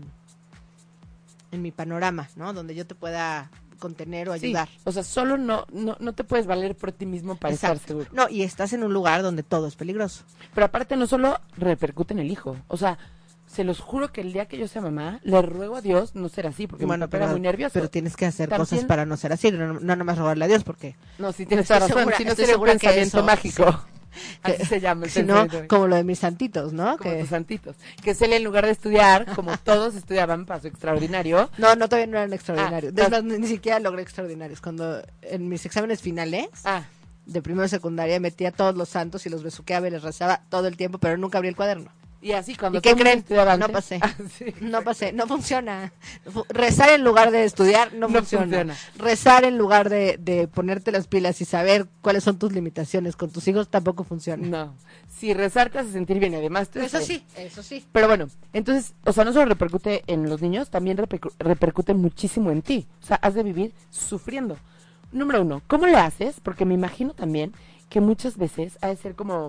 panorama, ¿no? Donde yo te pueda contener o ayudar. O sea, solo no te puedes valer por ti mismo para estar seguro. No, y estás en un lugar donde todo es peligroso. Pero aparte no solo repercute en el hijo, o sea, se los juro que el día que yo sea mamá, le ruego a Dios no ser así, porque mi papá era muy nervioso. Pero tienes que hacer cosas para no ser así, no nomás rogarle a Dios, porque... No, sí tienes toda razón, si no sería un pensamiento mágico. Sí. Así se llama el sino como lo de mis santitos, ¿no? Como tus santitos. Que es él, en lugar de estudiar, como todos estudiaban para su extraordinario. No, todavía no eran extraordinarios. Ni siquiera logré extraordinarios. Cuando en mis exámenes finales de primero de secundaria metía a todos los santos y los besuqueaba y les rezaba todo el tiempo, pero nunca abrí el cuaderno. Y así cuando... ¿Y qué creen? No pasé. No pasé. No funciona. Rezar en lugar de estudiar no funciona. Rezar en lugar de ponerte las pilas y saber cuáles son tus limitaciones con tus hijos tampoco funciona. No. Si rezar te hace sentir bien y además... Eso sí. Pero bueno, entonces, o sea, no solo repercute en los niños, también repercute muchísimo en ti. O sea, has de vivir sufriendo. Número 1, ¿cómo le haces? Porque me imagino también que muchas veces ha de ser como...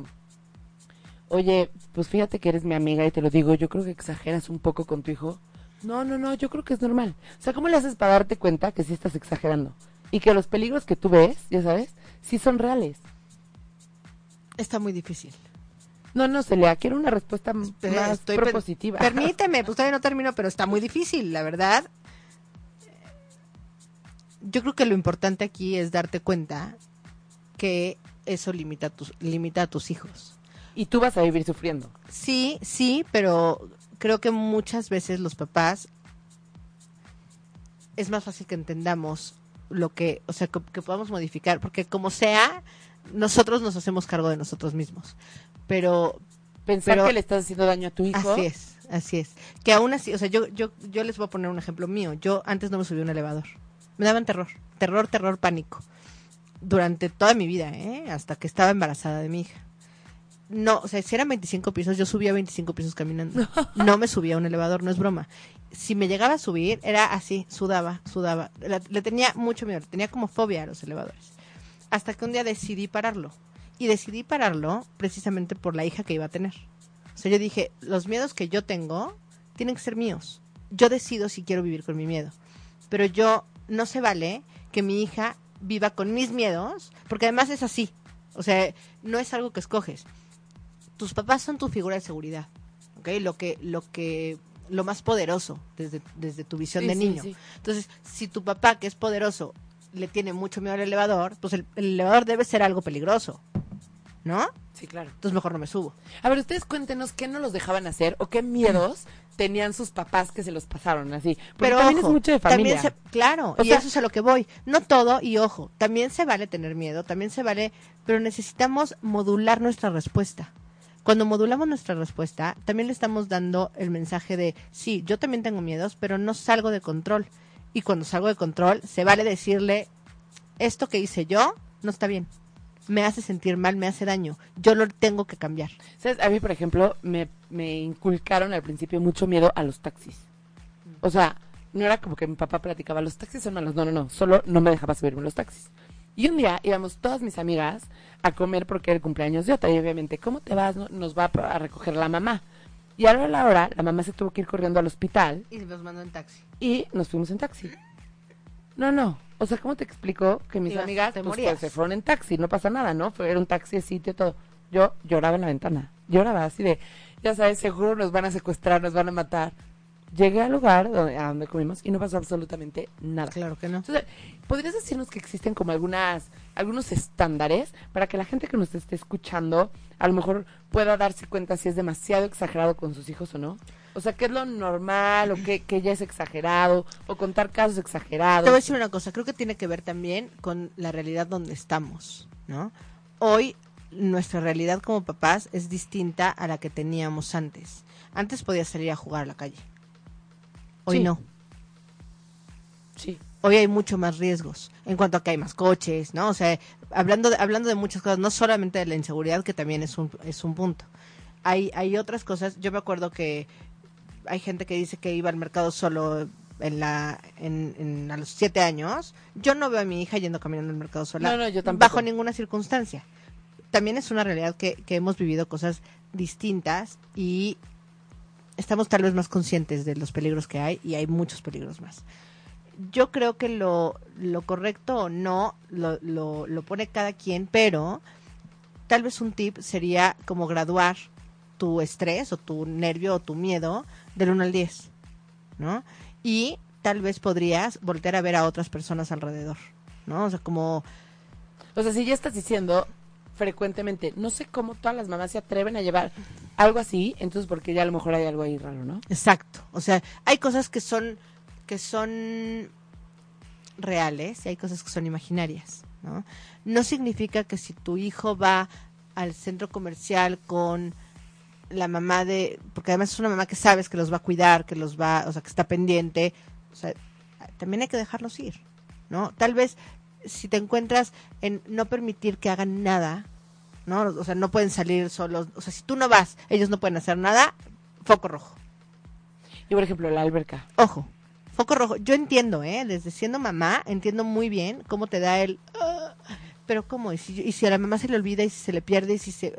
Oye, pues fíjate que eres mi amiga y te lo digo, yo creo que exageras un poco con tu hijo. No, yo creo que es normal. O sea, ¿cómo le haces para darte cuenta que sí estás exagerando? Y que los peligros que tú ves, ya sabes, sí son reales. Está muy difícil. No, Celia, quiero una respuesta más propositiva. Permíteme, pues todavía no termino, pero está muy difícil, la verdad. Yo creo que lo importante aquí es darte cuenta que eso limita a tus hijos. Y tú vas a vivir sufriendo. Sí, pero creo que muchas veces los papás es más fácil que entendamos que podamos modificar, porque como sea, nosotros nos hacemos cargo de nosotros mismos. Pero pensar que le estás haciendo daño a tu hijo. Así es. Que aún así, o sea, yo les voy a poner un ejemplo mío. Yo antes no me subí a un elevador. Me daban terror, pánico. Durante toda mi vida, hasta que estaba embarazada de mi hija. No, o sea, si eran 25 pisos, yo subía 25 pisos caminando. No me subía a un elevador, no es broma. Si me llegaba a subir, era así, sudaba. Le tenía mucho miedo, tenía como fobia a los elevadores. Hasta que un día decidí pararlo. Y decidí pararlo precisamente por la hija que iba a tener. O sea, yo dije, los miedos que yo tengo tienen que ser míos. Yo decido si quiero vivir con mi miedo. Pero no se vale que mi hija viva con mis miedos, porque además es así. O sea, no es algo que escoges. Tus papás son tu figura de seguridad, ¿ok? Lo más poderoso desde tu visión de niño. Sí. Entonces, si tu papá, que es poderoso, le tiene mucho miedo al elevador, pues el elevador debe ser algo peligroso, ¿no? Sí, claro. Entonces mejor no me subo. A ver, ustedes cuéntenos qué no los dejaban hacer o qué miedos tenían sus papás que se los pasaron así. Porque pero también ojo, es mucho de familia. Claro, y eso es a lo que voy. No todo, y ojo, también se vale tener miedo, también se vale, pero necesitamos modular nuestra respuesta. Cuando modulamos nuestra respuesta, también le estamos dando el mensaje de, sí, yo también tengo miedos, pero no salgo de control. Y cuando salgo de control, se vale decirle, esto que hice yo no está bien. Me hace sentir mal, me hace daño. Yo lo tengo que cambiar. ¿Sabes? A mí, por ejemplo, me inculcaron al principio mucho miedo a los taxis. O sea, no era como que mi papá platicaba, los taxis son malos. No. Solo no me dejaba subirme en los taxis. Y un día íbamos todas mis amigas a comer porque era el cumpleaños de otra. Y obviamente, ¿cómo te vas? Nos va a recoger la mamá. Y a la hora, la mamá se tuvo que ir corriendo al hospital. Y nos mandó en taxi. Y nos fuimos en taxi. No. O sea, ¿cómo te explico que mis amigas pues, se fueron en taxi? No pasa nada, ¿no? Era un taxi de sitio, todo. Yo lloraba en la ventana. Lloraba así de, ya sabes, seguro nos van a secuestrar, nos van a matar. Llegué al lugar a donde comimos y no pasó absolutamente nada. Claro que no. Entonces, ¿podrías decirnos que existen como algunos estándares para que la gente que nos esté escuchando a lo mejor pueda darse cuenta si es demasiado exagerado con sus hijos o no? O sea, ¿qué es lo normal o qué ya es exagerado o contar casos exagerados? Te voy a decir una cosa, creo que tiene que ver también con la realidad donde estamos, ¿no? Hoy nuestra realidad como papás es distinta a la que teníamos antes. Antes podías salir a jugar a la calle. Hoy no. Sí. Hoy hay mucho más riesgos en cuanto a que hay más coches, ¿no? O sea, hablando de muchas cosas, no solamente de la inseguridad, que también es un punto. Hay otras cosas. Yo me acuerdo que hay gente que dice que iba al mercado solo a los 7 años. Yo no veo a mi hija yendo caminando al mercado sola. No, yo tampoco. Bajo ninguna circunstancia. También es una realidad que hemos vivido cosas distintas y estamos tal vez más conscientes de los peligros que hay, y hay muchos peligros más. Yo creo que lo correcto o no lo pone cada quien, pero tal vez un tip sería como graduar tu estrés o tu nervio o tu miedo del 1 al 10, ¿no? Y tal vez podrías voltear a ver a otras personas alrededor, ¿no? O sea, si ya estás diciendo frecuentemente, no sé cómo todas las mamás se atreven a llevar algo así, entonces porque ya a lo mejor hay algo ahí raro, ¿no? Exacto. O sea, hay cosas que son reales y hay cosas que son imaginarias, ¿no? No significa que si tu hijo va al centro comercial con la mamá porque además es una mamá que sabes que los va a cuidar, que está pendiente, o sea, también hay que dejarlos ir, ¿no? Tal vez si te encuentras en no permitir que hagan nada, ¿no? O sea, no pueden salir solos, o sea, si tú no vas, ellos no pueden hacer nada, foco rojo. Y por ejemplo, la alberca. Ojo, foco rojo. Yo entiendo, desde siendo mamá, entiendo muy bien cómo te da el... pero ¿cómo? ¿Y si a la mamá se le olvida y si se le pierde y si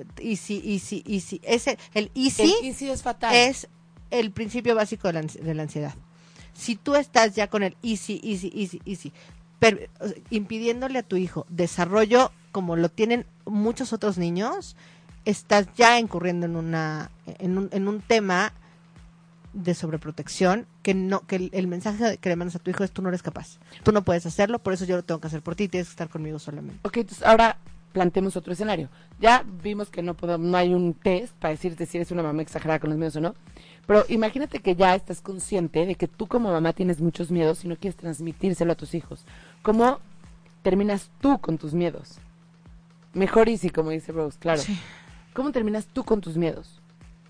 el easy es fatal. Es el principio básico de la ansiedad. Si tú estás ya con el easy, impidiéndole a tu hijo desarrollo como lo tienen muchos otros niños, estás ya incurriendo en un tema de sobreprotección que el mensaje que le mandas a tu hijo es: tú no eres capaz, tú no puedes hacerlo, por eso yo lo tengo que hacer por ti, tienes que estar conmigo solamente. Ok, entonces ahora planteemos otro escenario. Ya vimos que no hay un test para decirte si eres una mamá exagerada con los miedos o no, pero imagínate que ya estás consciente de que tú como mamá tienes muchos miedos y no quieres transmitírselo a tus hijos. ¿Cómo terminas tú con tus miedos? Mejor easy, como dice Rose, claro. Sí. ¿Cómo terminas tú con tus miedos?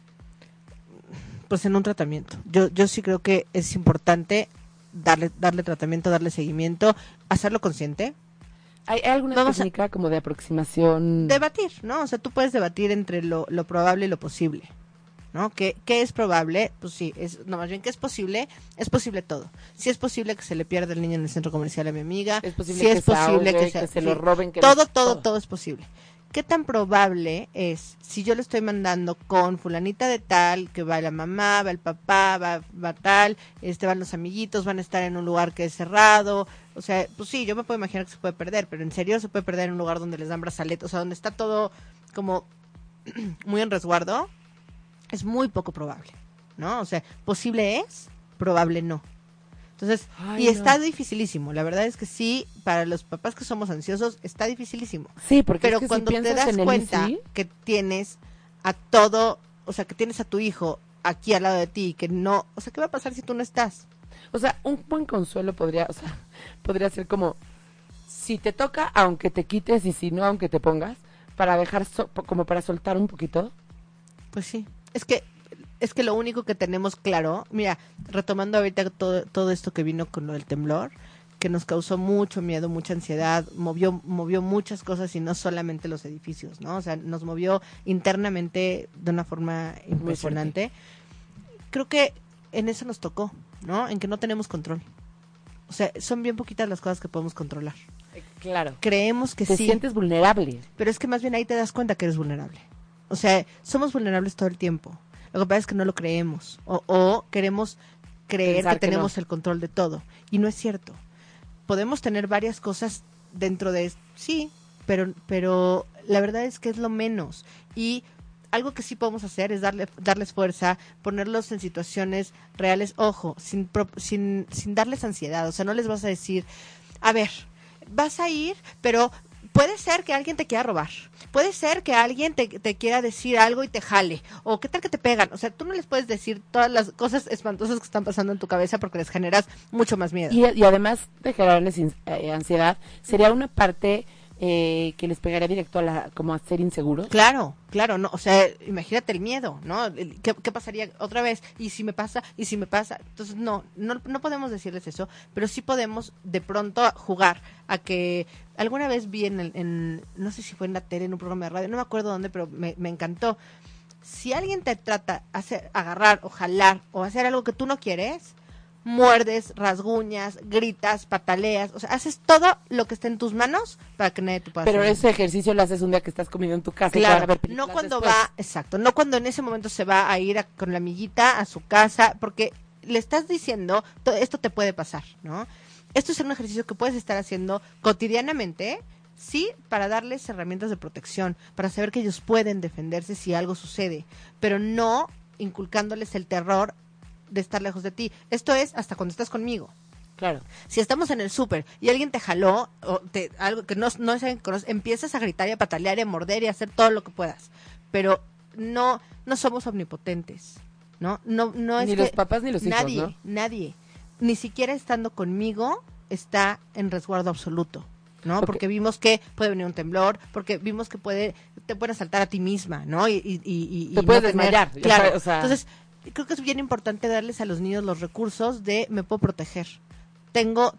Pues en un tratamiento. Yo sí creo que es importante darle tratamiento, darle seguimiento, hacerlo consciente. ¿Hay alguna técnica como de aproximación? Debatir, ¿no? O sea, tú puedes debatir entre lo probable y lo posible, ¿no? ¿Qué es probable? Pues sí, más bien que es posible todo. Si es posible que se le pierda el niño en el centro comercial a mi amiga, es posible si es posible que se lo roben, todo es posible. ¿Qué tan probable es si yo le estoy mandando con fulanita de tal, que va la mamá, va el papá, va tal, van los amiguitos, van a estar en un lugar que es cerrado? O sea, pues sí, yo me puedo imaginar que se puede perder, pero en serio se puede perder en un lugar donde les dan brazaletes, o sea, donde está todo como muy en resguardo. Es muy poco probable, ¿no? O sea, posible es, probable no. Entonces, está dificilísimo. La verdad es que sí, para los papás que somos ansiosos, está dificilísimo. Sí, porque pero es que cuando si te das cuenta que tienes a todo, o sea, que tienes a tu hijo aquí al lado de ti, que no, o sea, ¿qué va a pasar si tú no estás? O sea, un buen consuelo podría ser como, si te toca, aunque te quites, y si no, aunque te pongas, para dejar, como para soltar un poquito. Pues sí, es que lo único que tenemos claro, mira, retomando ahorita todo esto que vino con lo del temblor, que nos causó mucho miedo, mucha ansiedad, movió muchas cosas y no solamente los edificios, ¿no? O sea, nos movió internamente de una forma impresionante. Creo que en eso nos tocó, ¿no? En que no tenemos control. O sea, son bien poquitas las cosas que podemos controlar. Claro. Creemos que sí. Te sientes vulnerable. Pero es que más bien ahí te das cuenta que eres vulnerable. O sea, somos vulnerables todo el tiempo. Lo que pasa es que no lo creemos. O queremos creer Pensar que tenemos no. el control de todo. Y no es cierto. Podemos tener varias cosas dentro de... Sí, pero la verdad es que es lo menos. Y algo que sí podemos hacer es darles fuerza, ponerlos en situaciones reales, ojo, sin darles ansiedad. O sea, no les vas a decir, a ver, vas a ir, pero puede ser que alguien te quiera robar, puede ser que alguien te quiera decir algo y te jale, o qué tal que te pegan. O sea, tú no les puedes decir todas las cosas espantosas que están pasando en tu cabeza porque les generas mucho más miedo. Y además de generarles ansiedad, sería una parte... que les pegaría directo como a ser inseguros. Claro, no, o sea, imagínate el miedo, ¿no? ¿Qué pasaría otra vez? ¿Y si me pasa? Entonces, no podemos decirles eso, pero sí podemos de pronto jugar a que alguna vez vi no sé si fue en la tele, en un programa de radio, no me acuerdo dónde, pero me encantó. Si alguien te trata agarrar o jalar o hacer algo que tú no quieres, muerdes, rasguñas, gritas, pataleas, o sea, haces todo lo que esté en tus manos para que nadie te pueda Pero hacer. ese ejercicio lo haces un día que estás comiendo en tu casa. Claro, y ver no cuando después. no cuando en ese momento se va a ir con la amiguita a su casa, porque le estás diciendo, esto te puede pasar, ¿no? Esto es un ejercicio que puedes estar haciendo cotidianamente, sí, para darles herramientas de protección, para saber que ellos pueden defenderse si algo sucede, pero no inculcándoles el terror de estar lejos de ti. Esto es hasta cuando estás conmigo. Claro. Si estamos en el súper y alguien te jaló, o algo que no es alguien que conoces, empiezas a gritar y a patalear y a morder y a hacer todo lo que puedas. Pero no somos omnipotentes, ¿no? No es ni que los papás ni los hijos, ¿no? Nadie, ni siquiera estando conmigo está en resguardo absoluto, ¿no? Okay. Porque vimos que puede venir un temblor, porque vimos que te pueden asaltar a ti misma, ¿no? Y te puedes desmayar. Claro, o sea... entonces creo que es bien importante darles a los niños los recursos de me puedo proteger. Tengo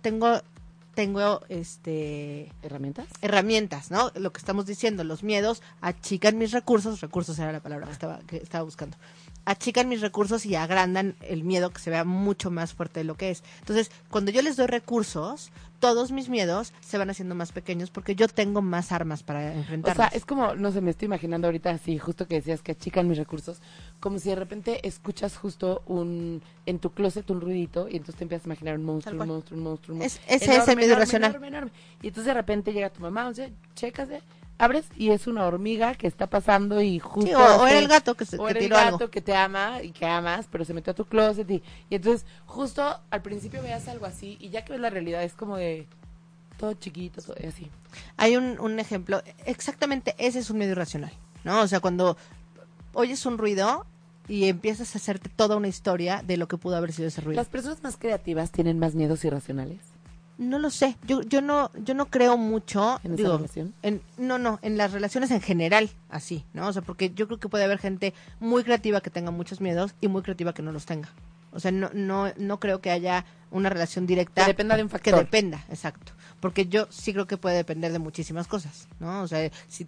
herramientas, ¿no? Lo que estamos diciendo, los miedos achican mis recursos era la palabra que estaba buscando. Achican mis recursos y agrandan el miedo que se vea mucho más fuerte de lo que es. Entonces, cuando yo les doy recursos, todos mis miedos se van haciendo más pequeños porque yo tengo más armas para enfrentarlos. O sea, es como, no sé, me estoy imaginando ahorita así, justo que decías que achican mis recursos, como si de repente escuchas justo en tu closet un ruidito y entonces te empiezas a imaginar un monstruo. Ese es el miedo irracional. Enorme. Y entonces de repente llega tu mamá, o sea, chécase, abres y es una hormiga que está pasando y justo... Sí, o era el gato que tiró el gato algo. que te ama y que amas, pero se metió a tu closet y entonces justo al principio veas algo así y ya que ves la realidad es como de todo chiquito, todo así. Hay un ejemplo, exactamente ese es un miedo irracional, ¿no? O sea, cuando oyes un ruido y empiezas a hacerte toda una historia de lo que pudo haber sido ese ruido. ¿Las personas más creativas tienen más miedos irracionales? No lo sé, yo no creo mucho en esa relación. En las relaciones en general, así, ¿no? O sea, porque yo creo que puede haber gente muy creativa que tenga muchos miedos y muy creativa que no los tenga. O sea, no creo que haya una relación directa que dependa de un factor. Que dependa, exacto. Porque yo sí creo que puede depender de muchísimas cosas, ¿no? O sea, si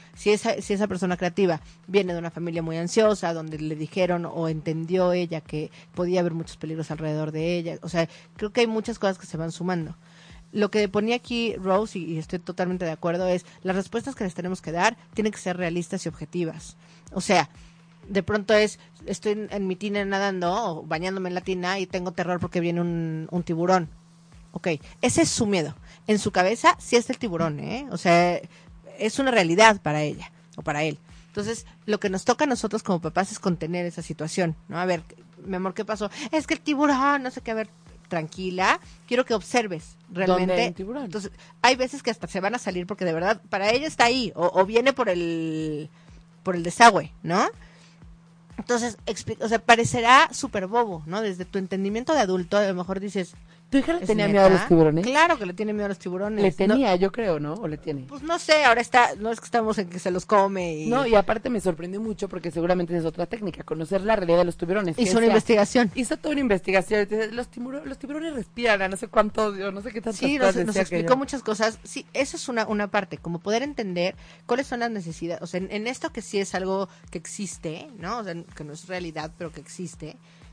esa persona creativa viene de una familia muy ansiosa, donde le dijeron o entendió ella que podía haber muchos peligros alrededor de ella, o sea, creo que hay muchas cosas que se van sumando. Lo que ponía aquí Rose, y estoy totalmente de acuerdo, es las respuestas que les tenemos que dar tienen que ser realistas y objetivas. O sea, de pronto estoy en mi tina nadando o bañándome en la tina y tengo terror porque viene un tiburón. Ok, ese es su miedo. En su cabeza sí está el tiburón, ¿eh? O sea, es una realidad para ella o para él. Entonces, lo que nos toca a nosotros como papás es contener esa situación, ¿no? A ver, mi amor, ¿qué pasó? Es que el tiburón, no sé qué, a ver, tranquila, quiero que observes realmente. ¿Dónde hay un tiburón? Entonces, hay veces que hasta se van a salir porque de verdad para ella está ahí o viene por el desagüe, ¿no? Entonces, o sea, parecerá súper bobo, ¿no? Desde tu entendimiento de adulto, a lo mejor dices... ¿Tu hija le tenía miedo a los tiburones? Claro que le tiene miedo a los tiburones. Le tenía, yo creo, ¿no? ¿O le tiene? Pues no sé, ahora no es que estamos en que se los come y... No, y aparte me sorprendió mucho porque seguramente es otra técnica, conocer la realidad de los tiburones. Hizo una investigación. Hizo toda una investigación. Los tiburones respiran a no sé cuánto, no sé qué tantas cosas. Sí, nos explicó muchas cosas. Sí, eso es una parte, como poder entender cuáles son las necesidades. O sea, en esto que sí es algo que existe, ¿no? O sea, que no es realidad, pero que existe.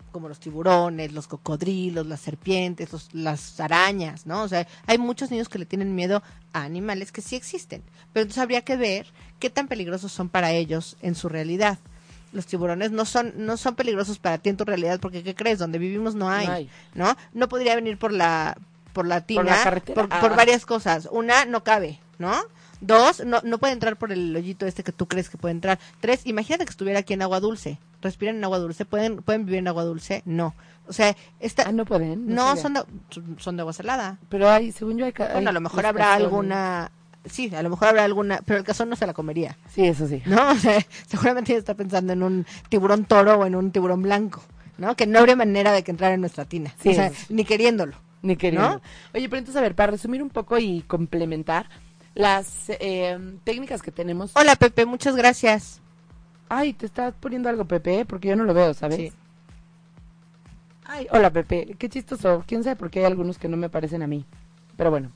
como los tiburones, los cocodrilos, las serpientes, las arañas, ¿no? O sea, hay muchos niños que le tienen miedo a animales que sí existen, pero entonces habría que ver qué tan peligrosos son para ellos en su realidad. Los tiburones no son peligrosos para ti en tu realidad, porque ¿qué crees? Donde vivimos no hay. ¿No? No podría venir por la tina, por la carretera, por varias cosas. Una, no cabe, ¿no? 2, no puede entrar por el hoyito que tú crees que puede entrar. 3, imagínate que estuviera aquí en agua dulce. ¿Respiran en agua dulce? ¿Pueden vivir en agua dulce? No. O sea, no pueden. No, son de agua salada. Pero según yo bueno, a lo mejor habrá alguna... Sí, a lo mejor habrá alguna, pero el cazón no se la comería. Sí, eso sí. ¿No? O sea, seguramente ella está pensando en un tiburón toro o en un tiburón blanco, ¿no? Que no habría manera de que entrara en nuestra tina. Sí, o sea, ni queriéndolo. Ni queriendo. ¿No? Oye, pero entonces, a ver, para resumir un poco y complementar las técnicas que tenemos. Hola, Pepe, muchas gracias. Ay, te estás poniendo algo, Pepe, porque yo no lo veo, ¿sabes? Sí. Ay, hola, Pepe, qué chistoso. ¿Quién sabe por qué hay algunos que no me parecen a mí? Pero bueno.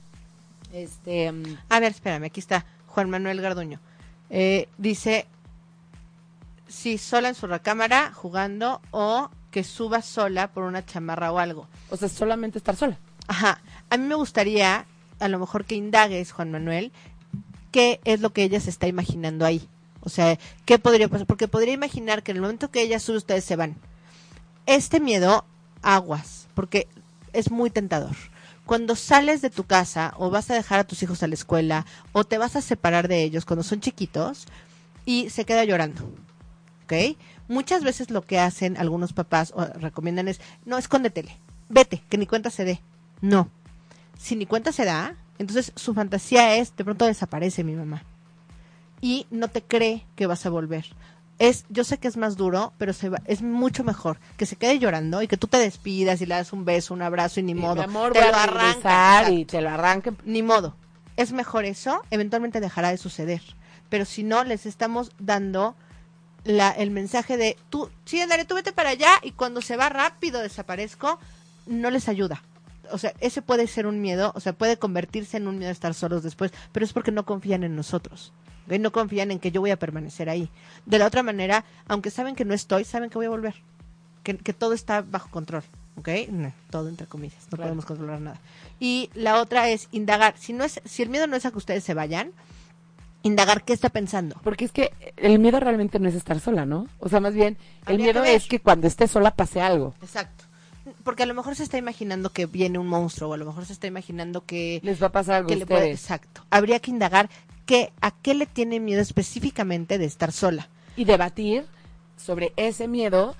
A ver, espérame, aquí está Juan Manuel Garduño. Dice, si sola en su recámara jugando o que suba sola por una chamarra o algo. O sea, solamente estar sola. Ajá. A mí me gustaría, a lo mejor que indagues, Juan Manuel, qué es lo que ella se está imaginando ahí. O sea, ¿qué podría pasar? Porque podría imaginar que en el momento que ella sube, ustedes se van. Este miedo, aguas, porque es muy tentador. Cuando sales de tu casa o vas a dejar a tus hijos a la escuela o te vas a separar de ellos cuando son chiquitos y se queda llorando, ¿ok? Muchas veces lo que hacen algunos papás o recomiendan es, no, escóndetele, vete, que ni cuenta se dé. No, si ni cuenta se da, entonces su fantasía es, de pronto desaparece mi mamá y no te cree que vas a volver. Yo sé que es más duro, pero es mucho mejor que se quede llorando y que tú te despidas y le das un beso, un abrazo y ni modo. Mi amor, te lo arrancan y te lo arranquen. Ni modo. Es mejor eso, eventualmente dejará de suceder. Pero si no, les estamos dando el mensaje de, tú, sí, Andare, tú vete para allá y cuando se va rápido desaparezco, no les ayuda. O sea, ese puede ser un miedo, o sea, puede convertirse en un miedo estar solos después, pero es porque no confían en nosotros. No confían en que yo voy a permanecer ahí. De la otra manera, aunque saben que no estoy, saben que voy a volver. Que todo está bajo control. ¿Ok? No, todo entre comillas. No podemos controlar nada. Y la otra es indagar. Si el miedo no es a que ustedes se vayan, indagar qué está pensando. Porque es que el miedo realmente no es estar sola, ¿no? O sea, más bien, el miedo es que cuando esté sola pase algo. Exacto. Porque a lo mejor se está imaginando que viene un monstruo, o a lo mejor se está imaginando que les va a pasar algo que a ustedes. Exacto. Habría que indagar a qué le tiene miedo específicamente de estar sola. Y debatir sobre ese miedo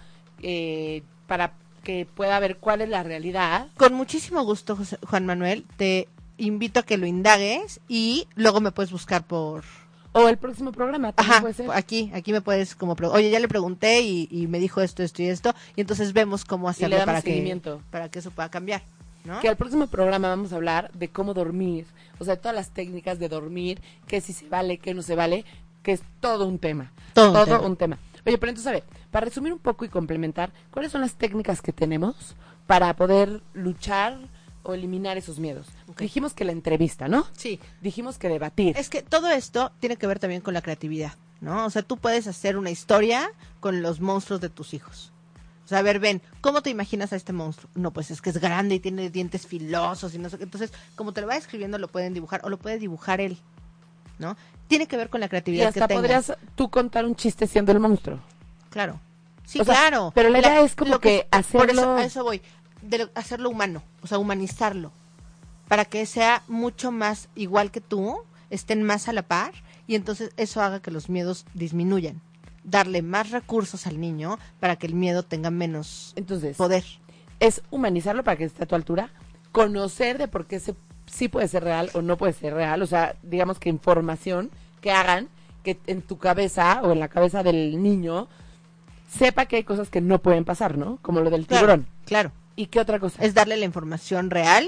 para que pueda ver cuál es la realidad. Con muchísimo gusto, Juan Manuel, te invito a que lo indagues y luego me puedes buscar por... O el próximo programa. Ajá, puede ser. aquí me puedes como... Oye, ya le pregunté y me dijo esto y esto, y entonces vemos cómo hacerlo para que eso pueda cambiar. ¿No? Que al próximo programa vamos a hablar de cómo dormir, o sea, todas las técnicas de dormir, que si se vale, que no se vale, que es todo un tema. Todo un tema. Oye, pero entonces, a ver, para resumir un poco y complementar, ¿cuáles son las técnicas que tenemos para poder luchar o eliminar esos miedos? Okay. Dijimos que la entrevista, ¿no? Sí. Dijimos que debatir. Es que todo esto tiene que ver también con la creatividad, ¿no? O sea, tú puedes hacer una historia con los monstruos de tus hijos. O sea, a ver, ven, ¿cómo te imaginas a este monstruo? No, pues es que es grande y tiene dientes filosos y no sé qué. Entonces, como te lo va escribiendo, lo pueden dibujar o lo puede dibujar él, ¿no? Tiene que ver con la creatividad que tengas. Y hasta podrías tú contar un chiste siendo el monstruo. Claro. Sí, claro. Pero la idea es como que hacerlo... Por eso, a eso voy. Hacerlo humano, o sea, humanizarlo. Para que sea mucho más igual que tú, estén más a la par y entonces eso haga que los miedos disminuyan. Darle más recursos al niño para que el miedo tenga menos poder. Es humanizarlo para que esté a tu altura, conocer de por qué sí puede ser real o no puede ser real, o sea, digamos que información que hagan que en tu cabeza o en la cabeza del niño sepa que hay cosas que no pueden pasar, ¿no? Como lo del tiburón. Claro. ¿Y qué otra cosa? Es darle la información real,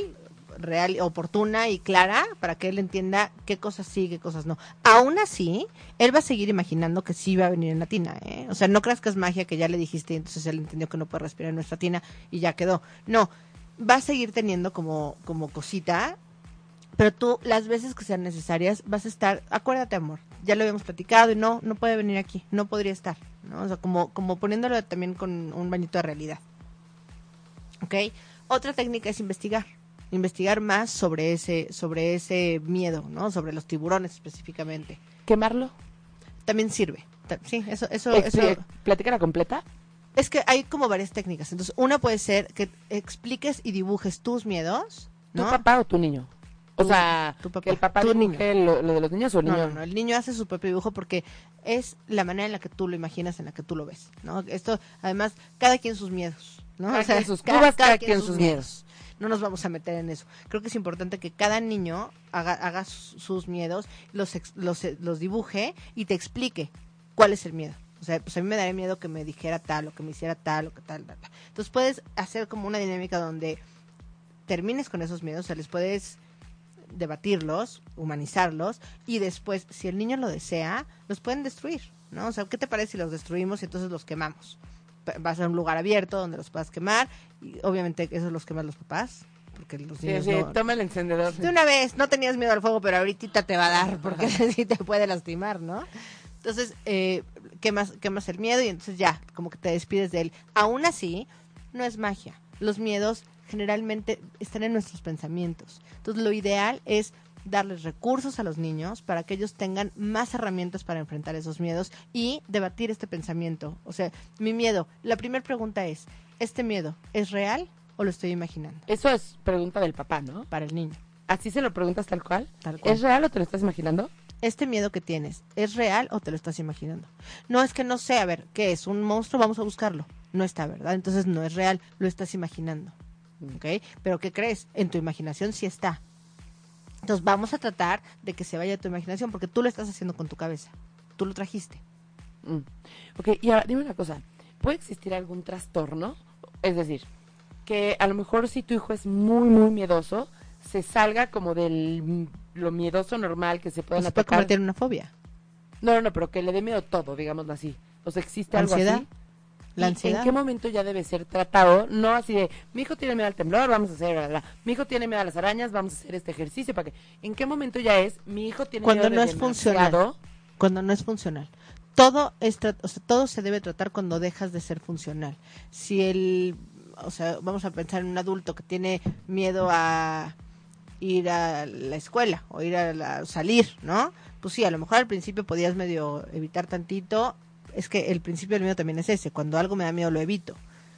oportuna y clara para que él entienda qué cosas sí, qué cosas no. Aún así, él va a seguir imaginando que sí va a venir en la tina, ¿eh? O sea, no creas que es magia que ya le dijiste y entonces él entendió que no puede respirar en nuestra tina y ya quedó. No, va a seguir teniendo como cosita, pero tú las veces que sean necesarias vas a estar, acuérdate, amor, ya lo habíamos platicado y no puede venir aquí, no podría estar, ¿no? O sea, como poniéndolo también con un bañito de realidad. ¿Ok? Otra técnica es investigar más sobre ese miedo, ¿no? Sobre los tiburones específicamente. ¿Quemarlo? También sirve. Sí, eso. ¿Platica la completa? Es que hay como varias técnicas. Entonces, una puede ser que expliques y dibujes tus miedos, ¿no? ¿Tu papá o tu niño? O sea, tu papá, que el papá dibuje lo de los niños o el niño. No, el niño hace su propio dibujo porque es la manera en la que tú lo imaginas, en la que tú lo ves, ¿no? Esto, además, cada quien sus miedos, ¿no? Cada quien sus miedos. No nos vamos a meter en eso. Creo que es importante que cada niño haga sus miedos, los dibuje y te explique cuál es el miedo. O sea, pues a mí me daría miedo que me dijera tal, o que me hiciera tal, o que tal. Entonces puedes hacer como una dinámica donde termines con esos miedos, o sea, les puedes debatirlos, humanizarlos, y después, si el niño lo desea, los pueden destruir, ¿no? O sea, ¿qué te parece si los destruimos y entonces los quemamos? Vas a un lugar abierto donde los puedas quemar, y obviamente esos los queman los papás, porque los niños toma el encendedor. De una vez, no tenías miedo al fuego, pero ahorita te va a dar, porque sí te puede lastimar, ¿no? Entonces, quemas el miedo y entonces ya, como que te despides de él. Aún así, no es magia. Los miedos generalmente están en nuestros pensamientos. Entonces, lo ideal es darles recursos a los niños para que ellos tengan más herramientas para enfrentar esos miedos y debatir este pensamiento. O sea, mi miedo, la primera pregunta es, ¿este miedo es real o lo estoy imaginando? Eso es pregunta del papá, ¿no? Para el niño. ¿Así se lo preguntas tal cual? Tal cual. ¿Es real o te lo estás imaginando? ¿Este miedo que tienes es real o te lo estás imaginando? No, es que no sé, a ver, ¿qué es? ¿Un monstruo? Vamos a buscarlo. No está, ¿verdad? Entonces no es real, lo estás imaginando. ¿Ok? Pero ¿qué crees? En tu imaginación sí está. Entonces vamos a tratar de que se vaya tu imaginación, porque tú lo estás haciendo con tu cabeza. Tú lo trajiste. Ok, y ahora dime una cosa. ¿Puede existir algún trastorno? Es decir, que a lo mejor si tu hijo es muy, muy miedoso, se salga como de lo miedoso normal que se pueden atacar. Se puede convertir en una fobia. No, pero que le dé miedo todo, digámoslo así. O sea, ¿existe algo así? ¿La ansiedad? ¿En qué momento ya debe ser tratado? No así de, mi hijo tiene miedo al temblor, vamos a hacer, bla, bla. Mi hijo tiene miedo a las arañas, vamos a hacer este ejercicio para que. ¿En qué momento ya es, mi hijo tiene cuando miedo no es funcional? Cuando no es funcional. Todo se debe tratar cuando dejas de ser funcional. Si vamos a pensar en un adulto que tiene miedo a ir a la escuela o ir a salir, ¿no? Pues sí, a lo mejor al principio podías medio evitar tantito. Es que el principio del miedo también es ese. Cuando algo me da miedo lo evito.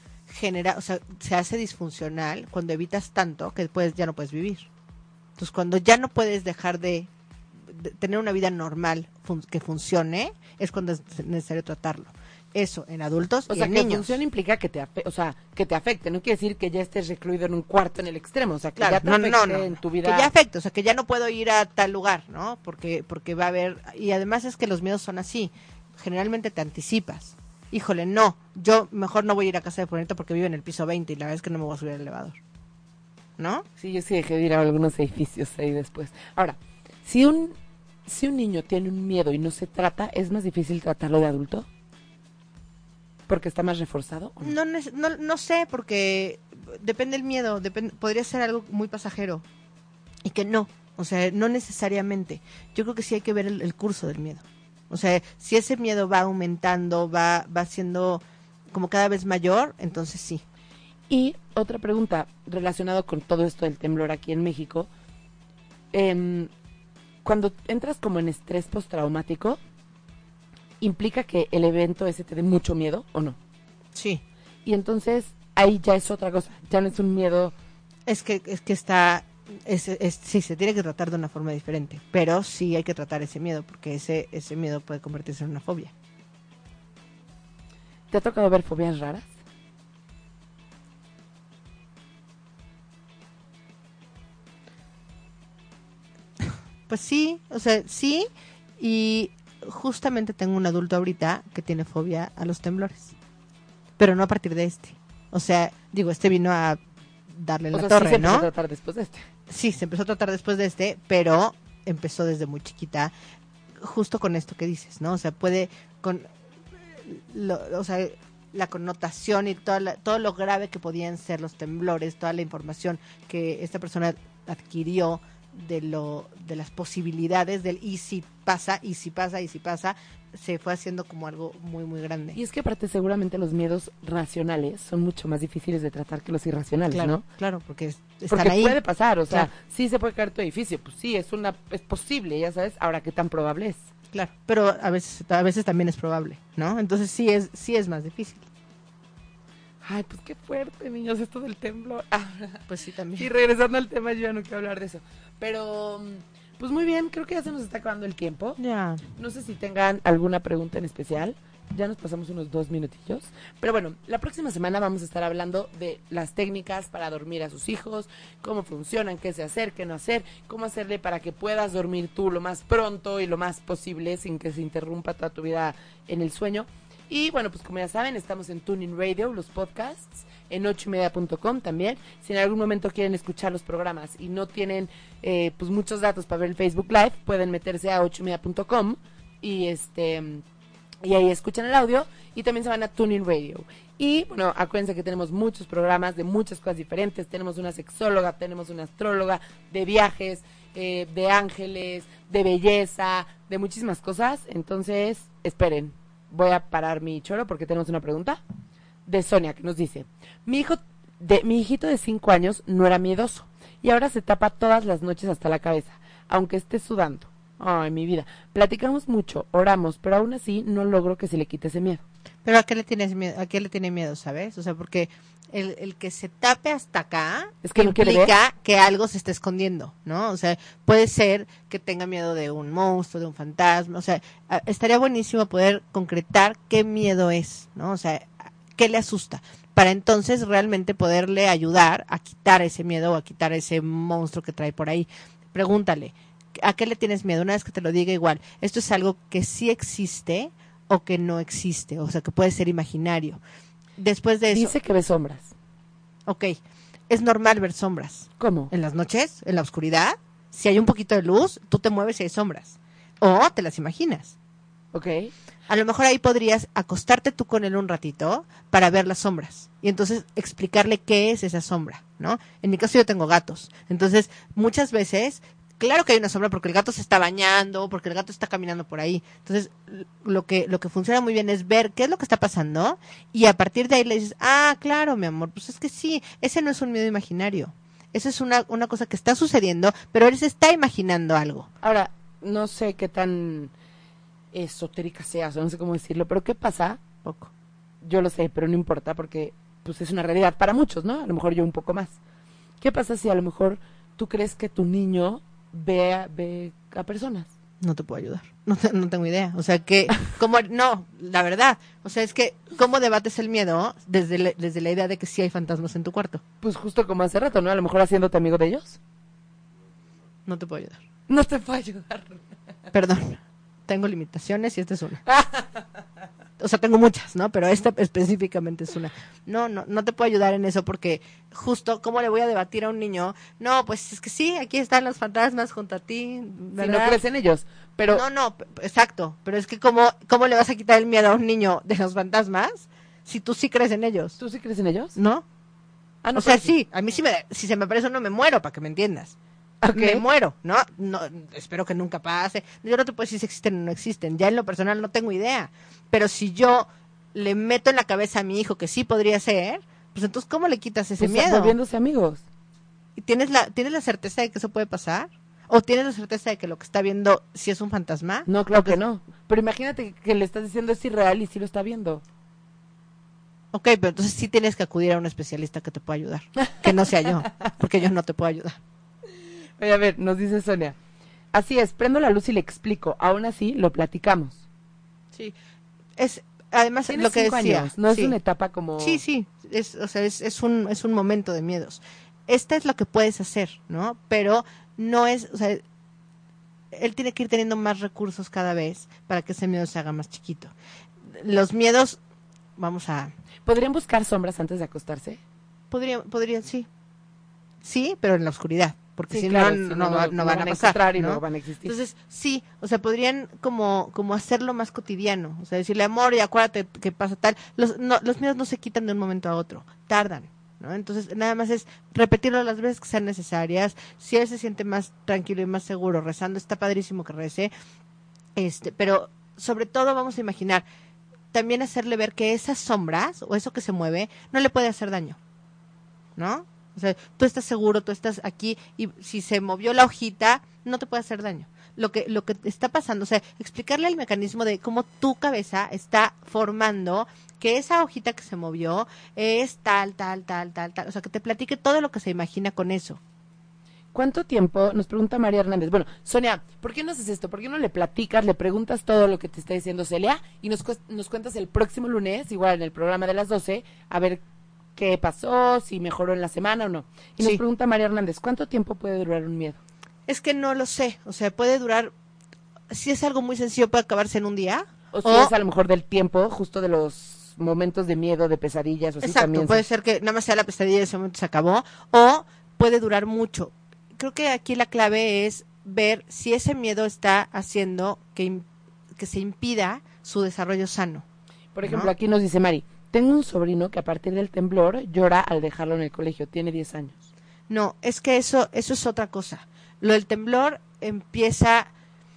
Se hace disfuncional cuando evitas tanto que después ya no puedes vivir. Entonces, cuando ya no puedes dejar de tener una vida normal que funcione, es cuando es necesario tratarlo. Eso en adultos y en niños. O sea, que funcione implica que te afecte. No quiere decir que ya estés recluido en un cuarto en el extremo. O sea, que claro, ya te afecte en tu vida. Que ya afecte, o sea, que ya no puedo ir a tal lugar, ¿no? Porque va a haber. Y además es que los miedos son así. Generalmente te anticipas. Híjole, no, yo mejor no voy a ir a casa de Fulanito porque vivo en el piso 20 y la verdad es que no me voy a subir al elevador. ¿No? Sí, yo sí dejé de ir a algunos edificios ahí después. Ahora, si un niño tiene un miedo y no se trata, ¿es más difícil tratarlo de adulto? ¿Porque está más reforzado? ¿O no? No sé, porque depende del miedo, podría ser algo muy pasajero y que no, o sea, no necesariamente. Yo creo que sí hay que ver el curso del miedo. O sea, si ese miedo va aumentando, va siendo como cada vez mayor, entonces sí. Y otra pregunta relacionada con todo esto del temblor aquí en México. Cuando entras como en estrés postraumático, ¿implica que el evento ese te dé mucho miedo o no? Sí. Y entonces ahí ya es otra cosa, ya no es un miedo. Es que está... sí, se tiene que tratar de una forma diferente, pero sí hay que tratar ese miedo, porque ese miedo puede convertirse en una fobia. ¿Te ha tocado ver fobias raras? Pues sí, o sea, sí, y justamente tengo un adulto ahorita que tiene fobia a los temblores, pero no a partir de este. O sea, digo, vino a darle la torre, sí se ¿no? empezó a tratar después de este. Sí, se empezó a tratar después de este, pero empezó desde muy chiquita, justo con esto que dices, ¿no? O sea, puede la connotación y todo lo grave que podían ser los temblores, toda la información que esta persona adquirió de las posibilidades del y si pasa, se fue haciendo como algo muy, muy grande. Y es que aparte seguramente los miedos racionales son mucho más difíciles de tratar que los irracionales, claro, ¿no? Claro, porque están porque ahí. Puede pasar, o sea, claro. Sí se puede caer tu edificio, pues sí, es posible, ya sabes, ahora qué tan probable es. Claro, pero a veces también es probable, ¿no? Entonces sí es más difícil. Ay, pues qué fuerte, niños, esto del temblor. Pues sí, también. Y regresando al tema, yo ya no quiero hablar de eso. Pero, pues muy bien, creo que ya se nos está acabando el tiempo. Ya. No sé si tengan alguna pregunta en especial. Ya nos pasamos unos 2 minutillos. Pero bueno, la próxima semana vamos a estar hablando de las técnicas para dormir a sus hijos, cómo funcionan, qué se hacer, qué no hacer, cómo hacerle para que puedas dormir tú lo más pronto y lo más posible sin que se interrumpa toda tu vida en el sueño. Y bueno, pues como ya saben, estamos en TuneIn Radio, los podcasts, en 8ymedia.com también. Si en algún momento quieren escuchar los programas y no tienen pues muchos datos para ver el Facebook Live, pueden meterse a 8ymedia.com y ahí escuchan el audio y también se van a TuneIn Radio. Y bueno, acuérdense que tenemos muchos programas de muchas cosas diferentes. Tenemos una sexóloga, tenemos una astróloga, de viajes, de ángeles, de belleza, de muchísimas cosas. Entonces, esperen. Voy a parar mi choro porque tenemos una pregunta de Sonia que nos dice: mi hijito de 5 años no era miedoso y ahora se tapa todas las noches hasta la cabeza, aunque esté sudando. Ay, mi vida. Platicamos mucho, oramos, pero aún así no logro que se le quite ese miedo. Pero ¿a qué le tienes miedo? ¿A qué le tiene miedo, sabes? O sea, porque el que se tape hasta acá es que implica que algo se está escondiendo, ¿no? O sea, puede ser que tenga miedo de un monstruo, de un fantasma. O sea, estaría buenísimo poder concretar qué miedo es, ¿no? O sea, qué le asusta, para entonces realmente poderle ayudar a quitar ese miedo o a quitar ese monstruo que trae por ahí. Pregúntale, ¿a qué le tienes miedo? Una vez que te lo diga, igual, ¿esto es algo que sí existe o que no existe? O sea, que puede ser imaginario. Después de eso... Dice que ve sombras. Ok, es normal ver sombras. ¿Cómo? En las noches, en la oscuridad, si hay un poquito de luz, tú te mueves y hay sombras. O te las imaginas. Ok. A lo mejor ahí podrías acostarte tú con él un ratito para ver las sombras. Y entonces explicarle qué es esa sombra, ¿no? En mi caso yo tengo gatos. Entonces, muchas veces... Claro que hay una sombra porque el gato se está bañando, porque el gato está caminando por ahí. Entonces, lo que funciona muy bien es ver qué es lo que está pasando y a partir de ahí le dices, claro, mi amor, pues es que sí, ese no es un miedo imaginario. Eso es una cosa que está sucediendo, pero él se está imaginando algo. Ahora, no sé qué tan esotérica seas, o no sé cómo decirlo, pero ¿qué pasa? Poco. Yo lo sé, pero no importa porque pues es una realidad para muchos, ¿no? A lo mejor yo un poco más. ¿Qué pasa si a lo mejor tú crees que tu niño ve a personas? No te puedo ayudar, no tengo idea. O sea, que, no, la verdad, o sea, es que, ¿cómo debates el miedo desde la idea de que sí hay fantasmas en tu cuarto? Pues justo como hace rato, ¿no? A lo mejor haciéndote amigo de ellos. No te puedo ayudar. No te puedo ayudar. Perdón, tengo limitaciones y esta es una. O sea, tengo muchas, ¿no? Pero esta específicamente es una. No te puedo ayudar en eso porque justo, ¿cómo le voy a debatir a un niño? No, pues es que sí, aquí están los fantasmas junto a ti, ¿verdad? Si no crees en ellos, pero... No, exacto, pero es que ¿cómo le vas a quitar el miedo a un niño de los fantasmas si tú sí crees en ellos? ¿Tú sí crees en ellos? ¿No? No, o sea, sí, a mí sí si se me aparece uno me muero, para que me entiendas. Okay. Me muero, ¿no? Espero que nunca pase. Yo no te puedo decir si existen o no existen. Ya en lo personal no tengo idea. Pero si yo le meto en la cabeza a mi hijo que sí podría ser, pues entonces ¿cómo le quitas ese miedo? Volviéndose amigos. ¿Y tienes la certeza de que eso puede pasar? ¿O tienes la certeza de que lo que está viendo sí es un fantasma? No, claro que no. Pero imagínate que le estás diciendo es irreal y sí lo está viendo. Ok, pero entonces sí tienes que acudir a un especialista que te pueda ayudar. Que no sea yo, porque yo no te puedo ayudar. Oye, a ver, nos dice Sonia. Así es, prendo la luz y le explico. Aún así, lo platicamos. Sí. Además, lo que decía. Años, no es una etapa como... Sí. Es un momento de miedos. Esta es lo que puedes hacer, ¿no? Pero no es... O sea, él tiene que ir teniendo más recursos cada vez para que ese miedo se haga más chiquito. Los miedos, ¿Podrían buscar sombras antes de acostarse? Podrían, sí. Sí, pero en la oscuridad. Porque sí, si claro, no van a pasar, y ¿no? no van a existir. Entonces, sí, o sea, podrían como hacerlo más cotidiano. O sea, decirle, amor, y acuérdate que pasa tal. Los miedos no se quitan de un momento a otro. Tardan. ¿no? Entonces, nada más es repetirlo las veces que sean necesarias. Si él se siente más tranquilo y más seguro rezando, está padrísimo que rece. Pero sobre todo vamos a imaginar, también hacerle ver que esas sombras o eso que se mueve no le puede hacer daño, ¿no? O sea, tú estás seguro, tú estás aquí y si se movió la hojita, no te puede hacer daño. Lo que está pasando, o sea, explicarle el mecanismo de cómo tu cabeza está formando que esa hojita que se movió es tal, o sea, que te platique todo lo que se imagina con eso. ¿Cuánto tiempo? Nos pregunta María Hernández. Bueno, Sonia, ¿por qué no haces esto? ¿Por qué no le platicas, le preguntas todo lo que te está diciendo Celia y nos cuentas el próximo lunes, igual en el programa de las 12, a ver qué pasó, si mejoró en la semana o no? Y nos pregunta María Hernández, ¿cuánto tiempo puede durar un miedo? Es que no lo sé, o sea, puede durar, si es algo muy sencillo, puede acabarse en un día. O si es a lo mejor del tiempo, justo de los momentos de miedo, de pesadillas, o así también. Exacto, puede ser que nada más sea la pesadilla y ese momento se acabó, o puede durar mucho. Creo que aquí la clave es ver si ese miedo está haciendo que se impida su desarrollo sano. Por ejemplo, aquí nos dice Mari, tengo un sobrino que a partir del temblor llora al dejarlo en el colegio, tiene 10 años. No, es que eso es otra cosa. Lo del temblor empieza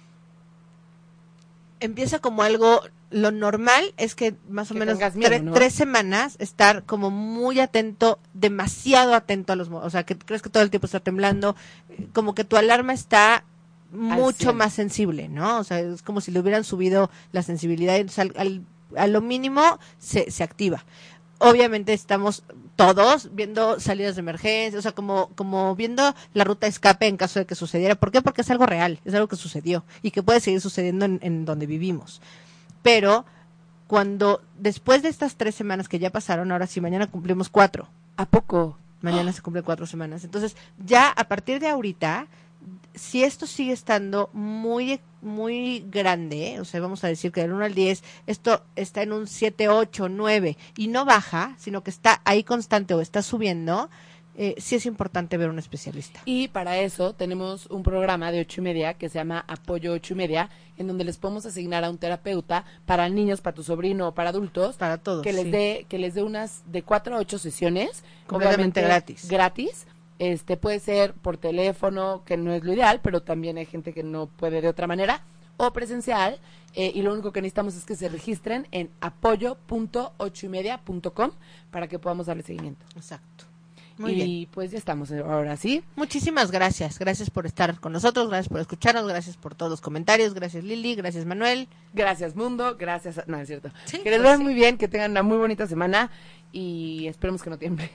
como algo, lo normal es que más o menos miedo, ¿no? 3 semanas estar como muy atento, demasiado atento a o sea, que crees que todo el tiempo está temblando, como que tu alarma está mucho más sensible, ¿no? O sea, es como si le hubieran subido la sensibilidad y a lo mínimo se activa. Obviamente estamos todos viendo salidas de emergencia, o sea, como viendo la ruta de escape en caso de que sucediera. ¿Por qué? Porque es algo real, es algo que sucedió y que puede seguir sucediendo en donde vivimos. Pero cuando después de estas 3 semanas que ya pasaron, ahora sí, mañana cumplimos 4. ¿A poco? Mañana se cumplen 4 semanas. Entonces, ya a partir de ahorita, si esto sigue estando muy, muy grande, o sea, vamos a decir que del 1 al 10, esto está en un 7, 8, 9, y no baja, sino que está ahí constante o está subiendo, sí es importante ver un especialista. Y para eso tenemos un programa de 8:30 que se llama Apoyo 8:30, en donde les podemos asignar a un terapeuta para niños, para tu sobrino o para adultos. Para todos, que les dé unas de 4 a 8 sesiones. Completamente gratis. Puede ser por teléfono, que no es lo ideal, pero también hay gente que no puede de otra manera, o presencial, y lo único que necesitamos es que se registren en apoyo.8ymedia.com para que podamos darle seguimiento. Exacto. Muy bien. Y pues ya estamos ahora sí. Muchísimas gracias. Gracias por estar con nosotros, gracias por escucharnos, gracias por todos los comentarios, gracias Lili, gracias Manuel. Gracias mundo, gracias. No, es cierto. Sí, que les vaya muy bien, que tengan una muy bonita semana y esperemos que no tiemble.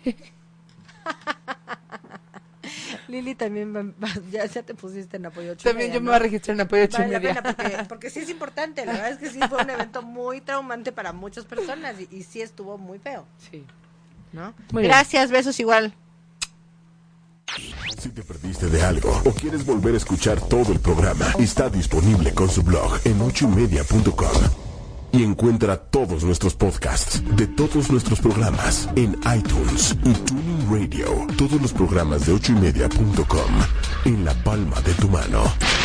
Lili también ya te pusiste en Apoyo 8:30. También yo me voy a registrar en Apoyo 8:30. Porque sí es importante, la verdad es que sí fue un evento muy traumante para muchas personas y sí estuvo muy feo. Sí. ¿No? Gracias, besos igual. Si te perdiste de algo o quieres volver a escuchar todo el programa, está disponible con su blog en 8ymedia.com. Y encuentra todos nuestros podcasts de todos nuestros programas en iTunes y TuneIn Radio. Todos los programas de 8ymedia.com en la palma de tu mano.